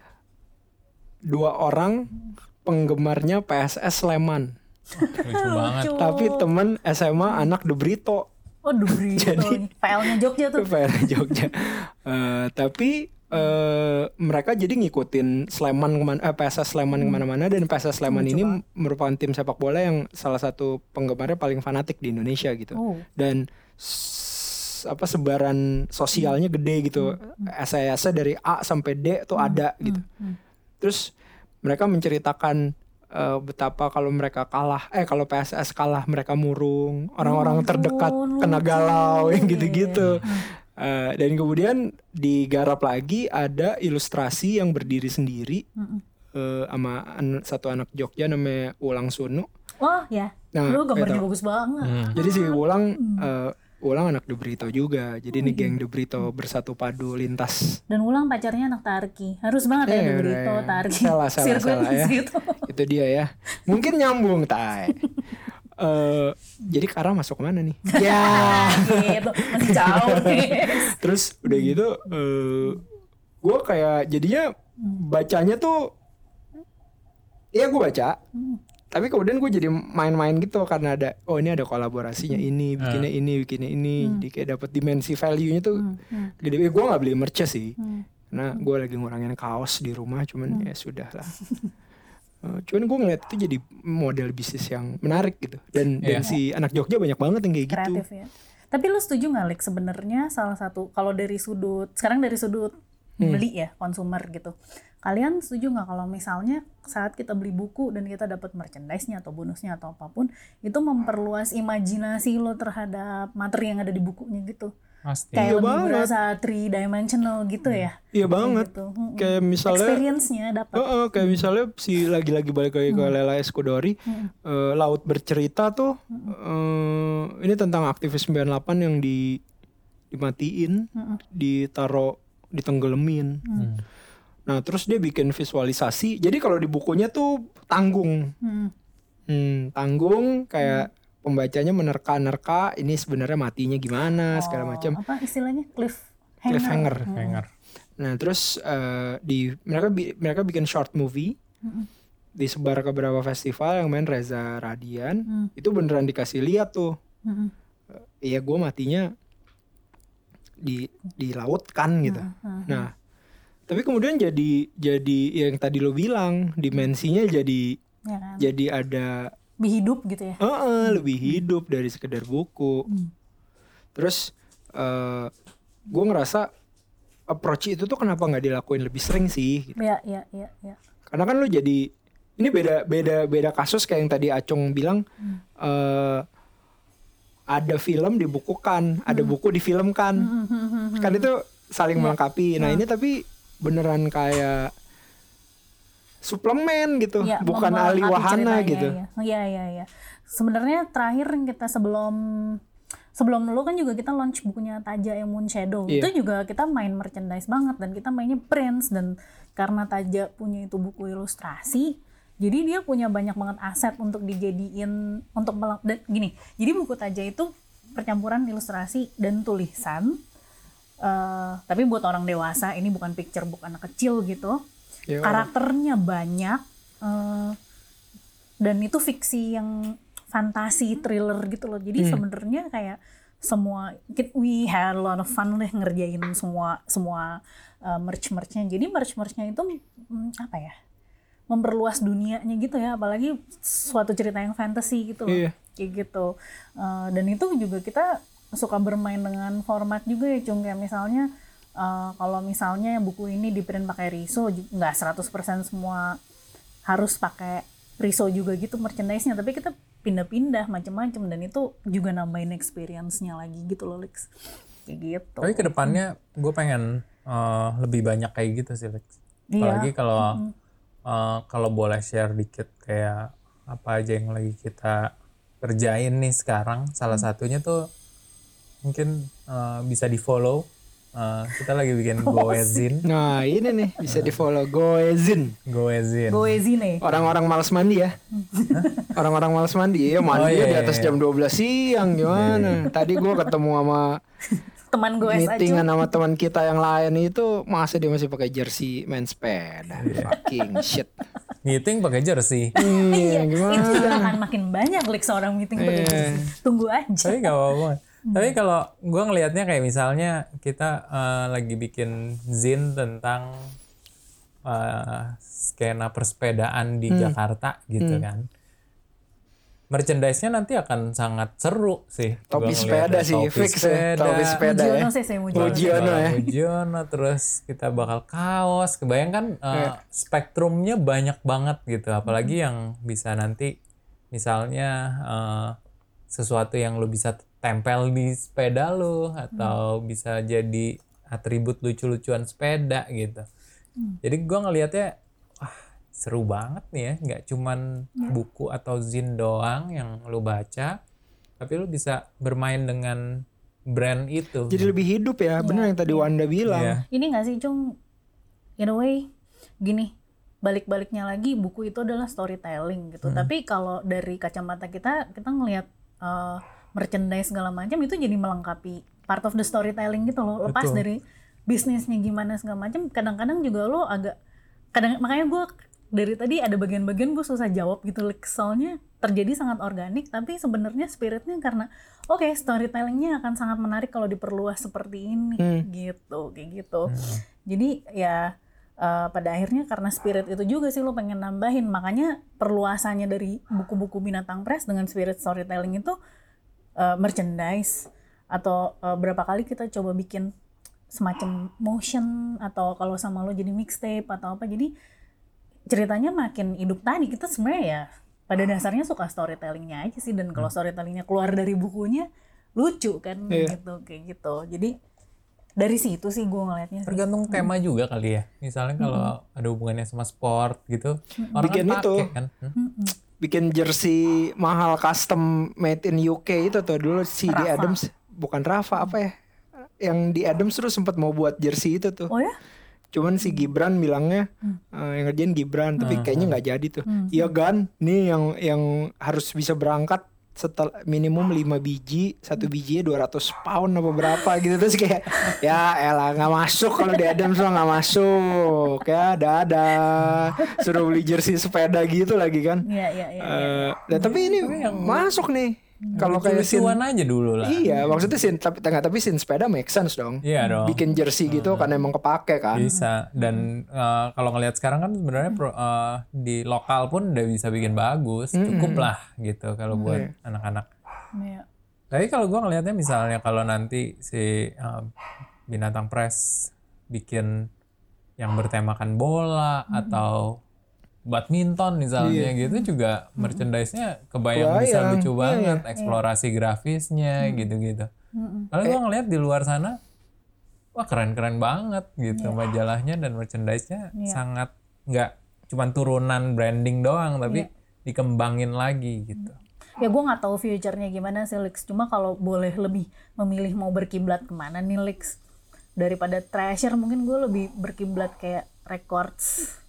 dua orang penggemarnya P S S Sleman. Lucu banget. Tapi temen S M A anak De Brito. Oh De Brito. Jadi P L-nya Jogja tuh. P L-nya Jogja. uh, tapi Uh, mereka jadi ngikutin Sleman kemana, eh, P S S Sleman hmm. kemana-mana dan P S S Sleman hmm, ini coba. merupakan tim sepak bola yang salah satu penggemarnya paling fanatik di Indonesia gitu. Oh. Dan s- apa sebaran sosialnya gede gitu. Hmm. Esai-esai dari A sampai D tuh hmm. ada gitu. Hmm. Terus mereka menceritakan uh, betapa kalau mereka kalah, eh kalau P S S kalah mereka murung, orang-orang oh, terdekat lucu. Kena galau yang gitu-gitu. Hmm. Uh, dan kemudian digarap lagi ada ilustrasi yang berdiri sendiri mm-hmm. uh, sama an- satu anak Jogja namanya Ulang Sunu. Oh ya, nah, lu gambarnya bagus banget. Hmm. Jadi si Ulang, uh, Ulang anak De Brito juga. Jadi oh, ini geng De Brito bersatu padu lintas. Dan Ulang pacarnya anak Tarki. Harus banget eh, ya De Brito, ya. Tarki. Salah, salah, salah ya. Itu dia ya. Mungkin nyambung, Tai. Uh, jadi Kara masuk kemana nih? Ya, gitu, masih jauh nih. Terus udah gitu, uh, gue kayak jadinya bacanya tuh, ya gue baca, hmm. tapi kemudian gue jadi main-main gitu karena ada, oh ini ada kolaborasinya ini, bikinnya ini, bikinnya ini, hmm. jadi kayak dapet dimensi value-nya tuh hmm. gede. Gue nggak beli merch sih, hmm. karena gue lagi ngurangin kaos di rumah, cuman hmm. ya sudah lah. Uh, cuman gue ngeliat itu jadi model bisnis yang menarik gitu dan yeah. dan si anak Jogja banyak banget yang kayak kreatif gitu. Ya. Tapi lu setuju nggak Lik sebenarnya salah satu kalau dari sudut sekarang dari sudut hmm. beli ya konsumer gitu, kalian setuju nggak kalau misalnya saat kita beli buku dan kita dapat merchandise-nya atau bonusnya atau apapun itu memperluas imajinasi lo terhadap materi yang ada di bukunya gitu? Pasti. Kayak iya lebih banget. berasa three dimensional gitu ya. Iya banget. Gitu. Kayak misalnya experience-nya dapat. Uh, uh, kayak misalnya si lagi-lagi balik lagi ke hmm. Lela Escudori, hmm. uh, Laut Bercerita tuh hmm. uh, ini tentang aktivis sembilan puluh delapan yang di dimatiin, hmm. ditaruh, ditenggelamin. Hmm. Nah, terus dia bikin visualisasi. Jadi kalau di bukunya tuh tanggung. Hmm. Hmm, tanggung kayak hmm. pembacanya menerka-nerka ini sebenarnya matinya gimana oh, segala macam. Apa istilahnya cliffhanger. Cliffhanger. Hmm. Nah terus uh, di mereka bi- mereka bikin short movie, hmm. disebar ke beberapa festival yang main Reza Radian, hmm. itu beneran dikasih lihat tuh. Hmm. Uh, iya gue matinya di di laut kan gitu. Hmm. Hmm. Nah tapi kemudian jadi jadi yang tadi lo bilang dimensinya jadi ya kan? Jadi ada lebih hidup gitu ya. Uh, uh, hmm. Lebih hidup dari sekedar buku. Hmm. Terus uh, gue ngerasa approach itu tuh kenapa nggak dilakuin lebih sering sih? Gitu. Ya, ya, ya, ya. Karena kan lo jadi ini beda beda beda kasus kayak yang tadi Acung bilang. Hmm. Uh, ada film dibukukan, hmm. ada buku difilmkan. Hmm, hmm, hmm, hmm. Kan itu saling ya. melengkapi. Nah hmm. ini tapi beneran kayak suplemen gitu, ya, bukan ahli wahana gitu. Iya iya iya. Sebenarnya terakhir kita sebelum sebelum lu kan juga kita launch bukunya Taja yang Moon Shadow. Yeah. Itu juga kita main merchandise banget dan kita mainnya prints dan karena Taja punya itu buku ilustrasi, jadi dia punya banyak banget aset untuk dijadiin untuk melak- dan gini. Jadi buku Taja itu percampuran ilustrasi dan tulisan. Uh, tapi buat orang dewasa, ini bukan picture book anak kecil gitu. Ya, karakternya banyak uh, dan itu fiksi yang fantasi thriller gitu loh. Jadi hmm. sebenarnya kayak semua we had a lot of fun deh ngerjain semua semua uh, merch-merchnya. Jadi merch-merchnya itu hmm, apa ya? Memperluas dunianya gitu ya, apalagi suatu cerita yang fantasy gitu loh. Yeah. Kayak gitu. Uh, dan itu juga kita suka bermain dengan format juga ya, Cung, kayak misalnya uh, kalau misalnya buku ini di print pakai riso, nggak seratus persen semua harus pakai riso juga gitu merchandise-nya, tapi kita pindah-pindah macam-macam dan itu juga nambahin experience-nya lagi gitu loh, Lex. Kayak gitu. Tapi kedepannya hmm. gue pengen uh, lebih banyak kayak gitu sih, Lex. Apalagi kalau hmm. uh, kalau boleh share dikit kayak apa aja yang lagi kita kerjain nih sekarang. Salah hmm. satunya tuh mungkin uh, bisa di follow, uh, kita lagi bikin oh, Goezin. Nah ini nih bisa di follow Goezin. Goezin. Goezin nih. Orang-orang malas mandi ya. Orang-orang malas mandi ya mandi oh, iya, di atas iya. jam dua belas siang gimana? Tadi gue ketemu sama teman gue meetingan sama teman kita yang lain itu masa dia masih pakai jersey main sepeda. Fucking shit. Meeting pakai jersey. Iya, gimana? Itu juga akan makin banyak like seorang meeting pakai jersey. Tunggu aja. Tapi gak apa-apa. Hmm. Tapi kalau gue ngelihatnya kayak misalnya kita uh, lagi bikin zin tentang uh, skena persepedaan di hmm. Jakarta gitu hmm. kan. Merchandise-nya nanti akan sangat seru sih. Topi sepeda sih, topi fix sepeda. Topi sepeda ya. Mujiono sih saya Mujiono. Mujiono ya. Mujiono, terus kita bakal kaos. Kebayangkan uh, yeah. spektrumnya banyak banget gitu. Apalagi hmm. yang bisa nanti misalnya uh, sesuatu yang lo bisa tempel di sepeda lo atau hmm. bisa jadi atribut lucu-lucuan sepeda gitu. Hmm. Jadi gue ngelihatnya wah seru banget nih ya, nggak cuman ya. buku atau zin doang yang lo baca, tapi lo bisa bermain dengan brand itu. Jadi lebih hidup ya, ya. Benar yang tadi ya. Wanda bilang. Ya. Ini nggak sih Cung, in a way gini, balik-baliknya lagi buku itu adalah storytelling gitu. Hmm. Tapi kalau dari kacamata kita, kita ngelihat uh, merchandise segala macam itu jadi melengkapi part of the storytelling gitu loh. Lepas Betul. dari bisnisnya gimana segala macam, kadang-kadang juga lo agak kadang makanya gue dari tadi ada bagian-bagian gue susah jawab gitu, soalnya terjadi sangat organik tapi sebenarnya spiritnya karena oke okay, storytellingnya akan sangat menarik kalau diperluas seperti ini hmm. gitu kayak gitu. Hmm. Jadi ya uh, pada akhirnya karena spirit itu juga sih lo pengen nambahin, makanya perluasannya dari buku-buku Binatang Press dengan spirit storytelling itu Uh, merchandise atau uh, berapa kali kita coba bikin semacam motion atau kalau sama lo jadi mixtape atau apa, jadi ceritanya makin hidup tadi. Kita sebenarnya ya pada dasarnya suka storytellingnya aja sih, dan kalau storytellingnya keluar dari bukunya lucu kan yeah. gitu kayak gitu. Jadi dari situ sih gue ngelihatnya. Tergantung sih. tema hmm. juga kali ya. Misalnya kalau hmm. ada hubungannya sama sport gitu, hmm. orang bikin kan itu. pakai kan. Hmm. Hmm. Bikin jersey mahal custom made in U K itu tuh dulu si Rafa. Di Adams, bukan Rafa apa ya, yang di Adams terus sempat mau buat jersey itu tuh. Oh ya? Cuman si Gibran bilangnya hmm. uh, yang ngerjain Gibran, tapi hmm. kayaknya nggak jadi tuh. Iya hmm. kan, nih yang yang harus bisa berangkat setelah minimum lima biji, satu bijinya dua ratus pound apa berapa gitu, terus kayak ya elah nggak masuk kalau di Adams lo nggak masuk ya, dadah suruh beli jersey sepeda gitu lagi kan. Iya iya iya. Uh, ya, tapi ini tapi yang masuk nih. Kalau kayak sin aja dulu lah. Iya, maksudnya sin tapi tengah tapi sin sepeda make sense dong. Iya dong. Bikin jersey gitu hmm. karena emang kepake kan. Bisa. Dan uh, kalau ngelihat sekarang kan sebenarnya uh, di lokal pun udah bisa bikin bagus. Mm-hmm. Cukup lah gitu kalau buat mm-hmm. anak-anak. Iya. Tapi kalau gue ngelihatnya misalnya kalau nanti si uh, Binatang Press bikin yang bertemakan bola mm-hmm. atau badminton misalnya yeah. gitu juga merchandise-nya kebayang, kebayang bisa lucu yeah, banget, yeah. eksplorasi yeah. grafisnya mm. gitu-gitu. Mm-hmm. Kalau gue ngeliat di luar sana, wah keren-keren banget gitu yeah. majalahnya dan merchandise-nya yeah. sangat nggak cuma turunan branding doang, tapi yeah. dikembangin lagi gitu. Ya gue nggak tahu future-nya gimana sih Lex, cuma kalau boleh lebih memilih mau berkiblat kemana nih Lex, daripada treasure mungkin gue lebih berkiblat kayak records.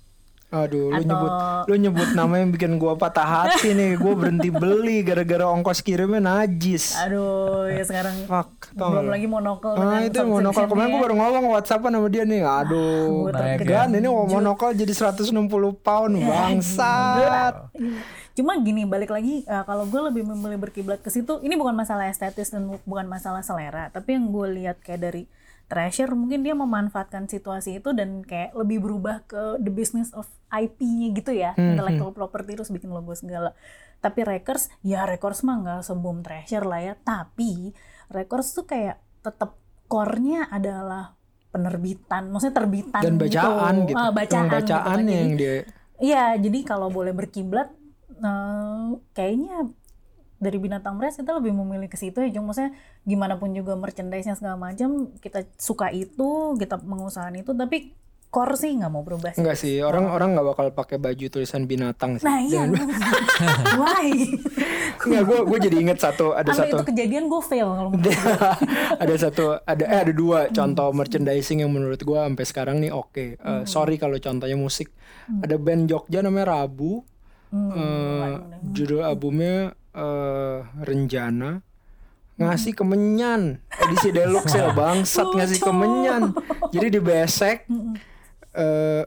Aduh, lu Atau- nyebut lu nyebut nama yang bikin gua patah hati nih. Gua berhenti beli gara-gara ongkos kirimnya najis. Aduh ya sekarang Fuck, tau belum nggak? lagi monokal Ah itu monokal kemarin gue baru ngomong WhatsAppan sama dia nih. Aduh, Gua naik Gan ya. ini monokal jadi seratus enam puluh pound bangsat. Cuma gini balik lagi uh, kalau gue lebih memilih berkiblat ke situ, ini bukan masalah estetis dan bu- bukan masalah selera, tapi yang gue lihat kayak dari Thrasher mungkin dia memanfaatkan situasi itu dan kayak lebih berubah ke the business of I P-nya gitu ya, intellectual property, terus bikin logo segala. Tapi Records ya Records mah nggak se-boom Thrasher lah ya, tapi Records tuh kayak tetap core-nya adalah penerbitan, maksudnya terbitan Dan bacaan gitu. Ah, bacaan, Emang bacaan gitu. yang Jadi, dia iya, jadi kalau boleh berkiblat, eh, kayaknya dari Binatang Press kita lebih memilih ke situ ya, Jung. Maksudnya gimana pun juga merchandise-nya segala macam, kita suka itu, kita mengusahakan itu, tapi core sih nggak mau berubah sih. enggak sih, orang-orang nggak bakal pakai baju tulisan binatang sih. Nah iya, why? Enggak, gue gue jadi inget satu ada Sampai satu itu kejadian gue fail kalau mau. ada satu ada eh ada dua contoh merchandising yang menurut gue sampai sekarang nih oke. Eh, sorry kalau contohnya musik. Ada band Jogja namanya Rabu. Eh, judul albumnya eh, Renjana. Ngasih kemenyan edisi deluxe ya bangsat, ngasih kemenyan. Jadi dibesek. eh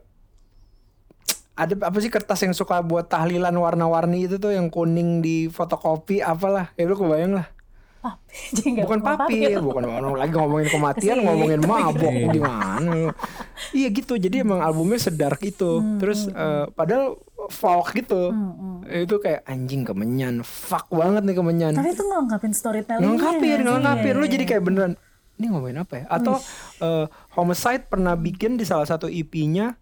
ada apa sih kertas yang suka buat tahlilan warna-warni itu tuh yang kuning di fotokopi apalah. Ya lu kebayang lah. Papi, jadi nggak Bukan mau papi, gitu. bukan orang lagi ngomongin kematian, Kesini. ngomongin mabok gimana lu. Iya gitu. Jadi emang albumnya sedark itu. Terus eh, padahal folk gitu. Itu kayak anjing kemenyan. Fuck banget nih kemenyan. Tapi itu ngelengkapin storytelling. Ngelengkapin, ngelengkapin. Lu jadi kayak beneran ini ngomongin apa ya? Atau eh, Homicide pernah bikin di salah satu E P-nya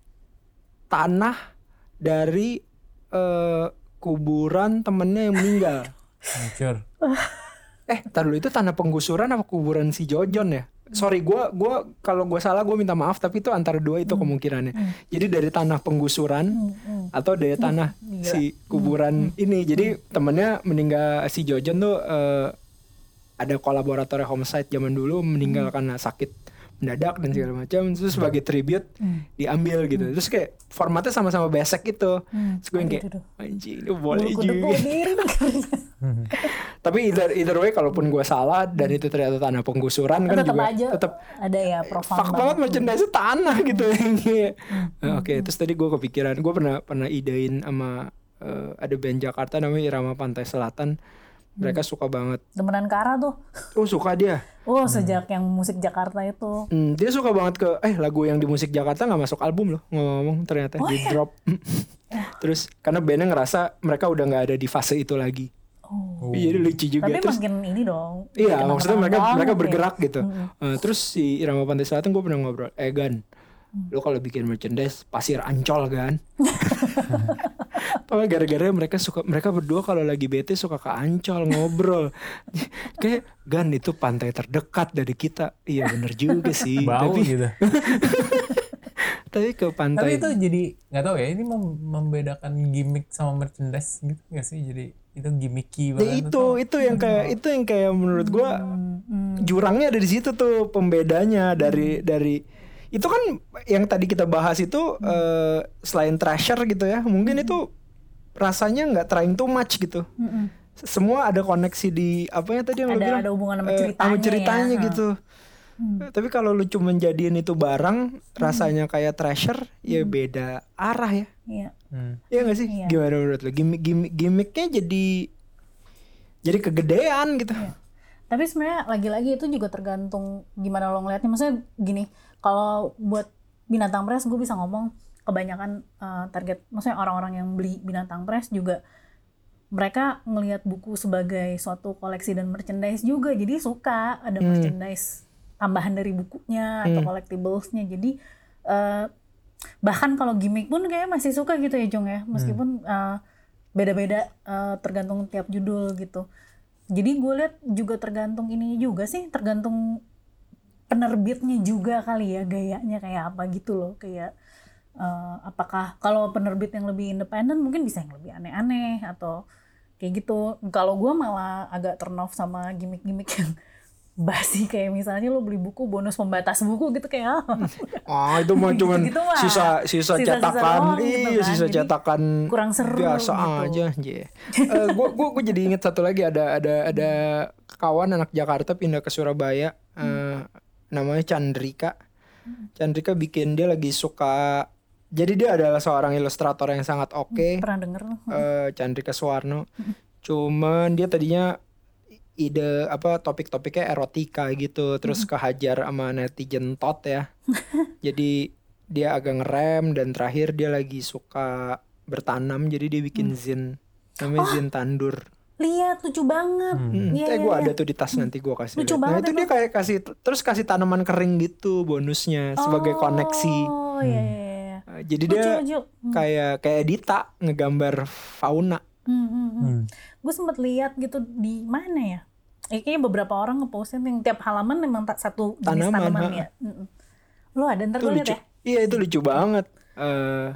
tanah dari eh, kuburan temennya yang meninggal. Hancur. Eh, tar dulu itu tanah penggusuran apa kuburan si Jojon ya? Sorry, gua gua kalau gua salah gua minta maaf, tapi itu antara dua itu kemungkinannya. Jadi dari tanah penggusuran atau dari tanah si kuburan ini. Jadi temennya meninggal si Jojon tuh eh, ada kolaborator Homicide zaman dulu meninggal karena sakit mendadak dan segala macam. Terus sebagai tribute diambil gitu. Terus kayak formatnya sama-sama besek gitu. Terus gue yang kayak Aduh, anjing ini boleh Bulu juga. kuduk diri Tapi either, either way kalaupun gue salah dan itu ternyata tanah penggusuran kan tetap juga aja tetap ada ya profan fuck banget merchandise tanah gitu yang kayak. Nah, Oke, terus tadi gue kepikiran, gue pernah pernah idein sama eh, ada band Jakarta namanya Irama Pantai Selatan. Mereka suka banget. temenan Kara tuh. Oh, suka dia. Oh sejak yang musik Jakarta itu. Hmm, dia suka banget ke eh lagu yang di musik Jakarta nggak masuk album loh, ngomong ternyata di drop. Terus karena bandnya ngerasa mereka udah nggak ada di fase itu lagi. Oh. Jadi lucu juga. Tapi Terus makin ini dong. iya, makin maksudnya mereka lama-lama mereka banget bergerak gitu. Eh, terus si Irama Pantai Selatan gue pernah ngobrol, eh Gan, lo kalau bikin merchandise pasir Ancol kan? Apa gara-gara mereka suka mereka berdua kalau lagi bete suka ke Ancol ngobrol. Kayak Gan itu pantai terdekat dari kita. Iya bener juga sih. Bau tapi gitu. tapi ke Tapi pantai itu jadi nggak tahu ya, ini mem- membedakan gimmick sama merchandise gitu nggak sih? Jadi itu gimmicky Ya, banget. itu itu yang kayak itu yang kayak menurut gua jurangnya ada di situ tuh pembedanya dari dari itu kan yang tadi kita bahas itu eh, selain treasure gitu ya mungkin itu rasanya nggak trying too much gitu. Mm-mm. Semua ada koneksi di apa ya tadi yang lo Ada- bilang ada hubungan sama Eh, ceritanya ceritanya ya. gitu. Tapi kalau lu cuma jadiin itu barang rasanya kayak treasure ya beda arah ya. Iya. Hmm. Iya gak sih? Iya. Gimana menurut lu? Gimmick, gimmick, gimmicknya jadi jadi kegedean gitu. Tapi sebenarnya lagi-lagi itu juga tergantung gimana lo ngeliatnya. Maksudnya gini, kalau buat Binatang Press gue bisa ngomong kebanyakan eh, target, maksudnya orang-orang yang beli Binatang Press juga mereka ngelihat buku sebagai suatu koleksi dan merchandise juga, jadi suka ada merchandise tambahan dari bukunya atau collectiblesnya. Jadi eh, bahkan kalau gimmick pun kayak masih suka gitu ya Jong ya, meskipun eh, beda-beda eh, tergantung tiap judul gitu. Jadi gue lihat juga tergantung ini juga sih, tergantung penerbitnya juga kali ya, gayanya kayak apa gitu loh. Kayak uh, apakah kalau penerbit yang lebih independen mungkin bisa yang lebih aneh-aneh atau kayak gitu. Kalau gue malah agak turn off sama gimmick-gimmick yang basi kayak misalnya lo beli buku bonus pembatas buku gitu kayak Ah itu mah cuman Gitu-gitu mah. sisa sisa Sisa-sisa cetakan, doang gitu iya kan. sisa Jadi cetakan kurang seru biasa gitu. aja. Yeah. Eh, gua gua gua jadi inget satu lagi ada ada ada kawan anak Jakarta pindah ke Surabaya, eh, namanya Chandrika. Chandrika bikin dia lagi suka. Jadi dia adalah seorang ilustrator yang sangat oke. Pernah denger? eh, Chandrika Suwarno. Cuman dia tadinya ide apa topik-topiknya erotika gitu, terus kehajar sama netizen tot ya. Jadi dia agak ngerem dan terakhir dia lagi suka bertanam, jadi dia bikin zin namanya zin tandur. Lihat lucu banget. Hmm, Iya, eh iya, gue iya. ada tuh di tas nanti gue kasih. Lucu lihat. Nah banget itu emang. dia kayak kasih terus kasih tanaman kering gitu bonusnya sebagai koneksi. Oh iya iya iya. Eh, Jadi Lucu, dia lucu. kayak kayak Dita ngegambar fauna. Hmm, hmm, hmm. Hmm. Gue sempat lihat gitu di mana ya? Eh, kayaknya beberapa orang ngepostin yang tiap halaman memang tak satu jenis Tanaman, tanaman ha. ya. Mm-mm. Lo ada ntar Itu gue lihat lucu. ya. Iya itu lucu banget. Eh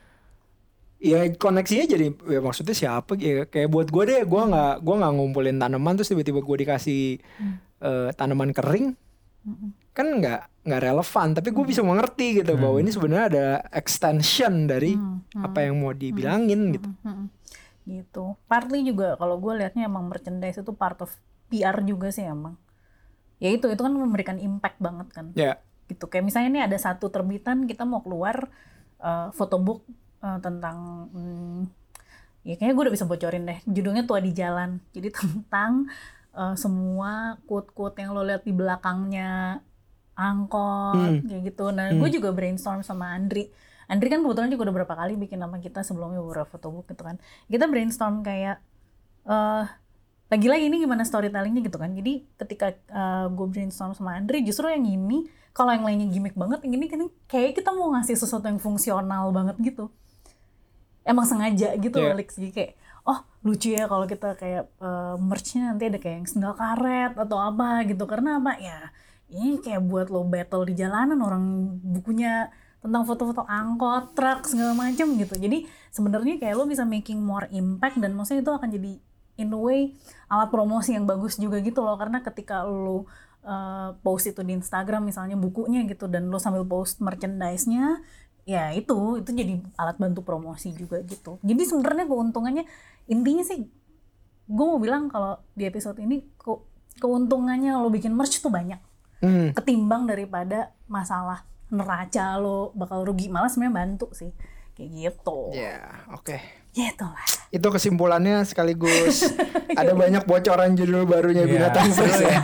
Ya koneksinya jadi ya maksudnya siapa ya kayak buat gue deh gue nggak gue nggak ngumpulin tanaman terus tiba-tiba gue dikasih eh, tanaman kering kan nggak nggak relevan tapi gue bisa mengerti gitu bahwa ini sebenarnya ada extension dari apa yang mau dibilangin gitu. Mm-mm. Gitu. Partly juga kalau gue liatnya emang merchandise itu part of P R juga sih emang. Ya itu itu kan memberikan impact banget kan. Ya. Gitu kayak misalnya nih ada satu terbitan kita mau keluar uh, photobook uh, tentang hmm, ya kayaknya gue udah bisa bocorin deh judulnya Tua di Jalan, jadi tentang uh, semua quote-quote yang lo lihat di belakangnya angkot Hmm. kayak gitu. Nah gue juga brainstorm sama Andri Andri kan kebetulan juga udah berapa kali bikin nama kita sebelumnya beberapa photobook gitu kan, kita brainstorm kayak uh, lagi-lagi ini gimana storytellingnya gitu kan. Jadi ketika uh, gue brainstorm sama Andri justru yang ini kalau yang lainnya gimmick banget, yang ini kan kayak kita mau ngasih sesuatu yang fungsional banget gitu. Emang sengaja gitu Yeah. loh Lex. Jadi kayak oh lucu ya kalau kita kayak uh, merch-nya nanti ada kayak yang sendal karet atau apa gitu. Karena apa ya ini kayak buat lo battle di jalanan, orang bukunya tentang foto-foto angkot, truk segala macam gitu. Jadi sebenarnya kayak lo bisa making more impact dan maksudnya itu akan jadi in a way alat promosi yang bagus juga gitu loh. Karena ketika lo Uh, post itu di Instagram misalnya bukunya gitu dan lo sambil post merchandise-nya ya itu itu jadi alat bantu promosi juga gitu. Jadi sebenarnya keuntungannya intinya sih gue mau bilang kalau di episode ini ke- keuntungannya lo bikin merch tuh banyak Hmm. ketimbang daripada masalah neraca lo bakal rugi, malah sebenarnya bantu sih kayak gitu. Ya oke. Gitu lah. Itu kesimpulannya sekaligus ada banyak bocoran judul barunya Iya, Binatang seru Fresh ya. ya.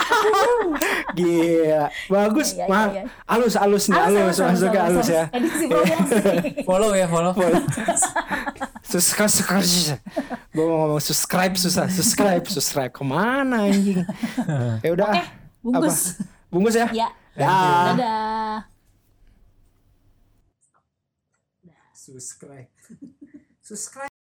Gila, bagus, Iya, iya, mah iya. halus halus nih, halus masuknya halus ya. Edisi promosi. Follow ya, follow. Subscribe, subscribe. Gue mau ngomong subscribe susah, subscribe, subscribe kemana anjing? Ya udah, Oke, ah. bungkus. Apa? Bungkus ya. Ya. Dah. Dadah. Subscribe, subscribe.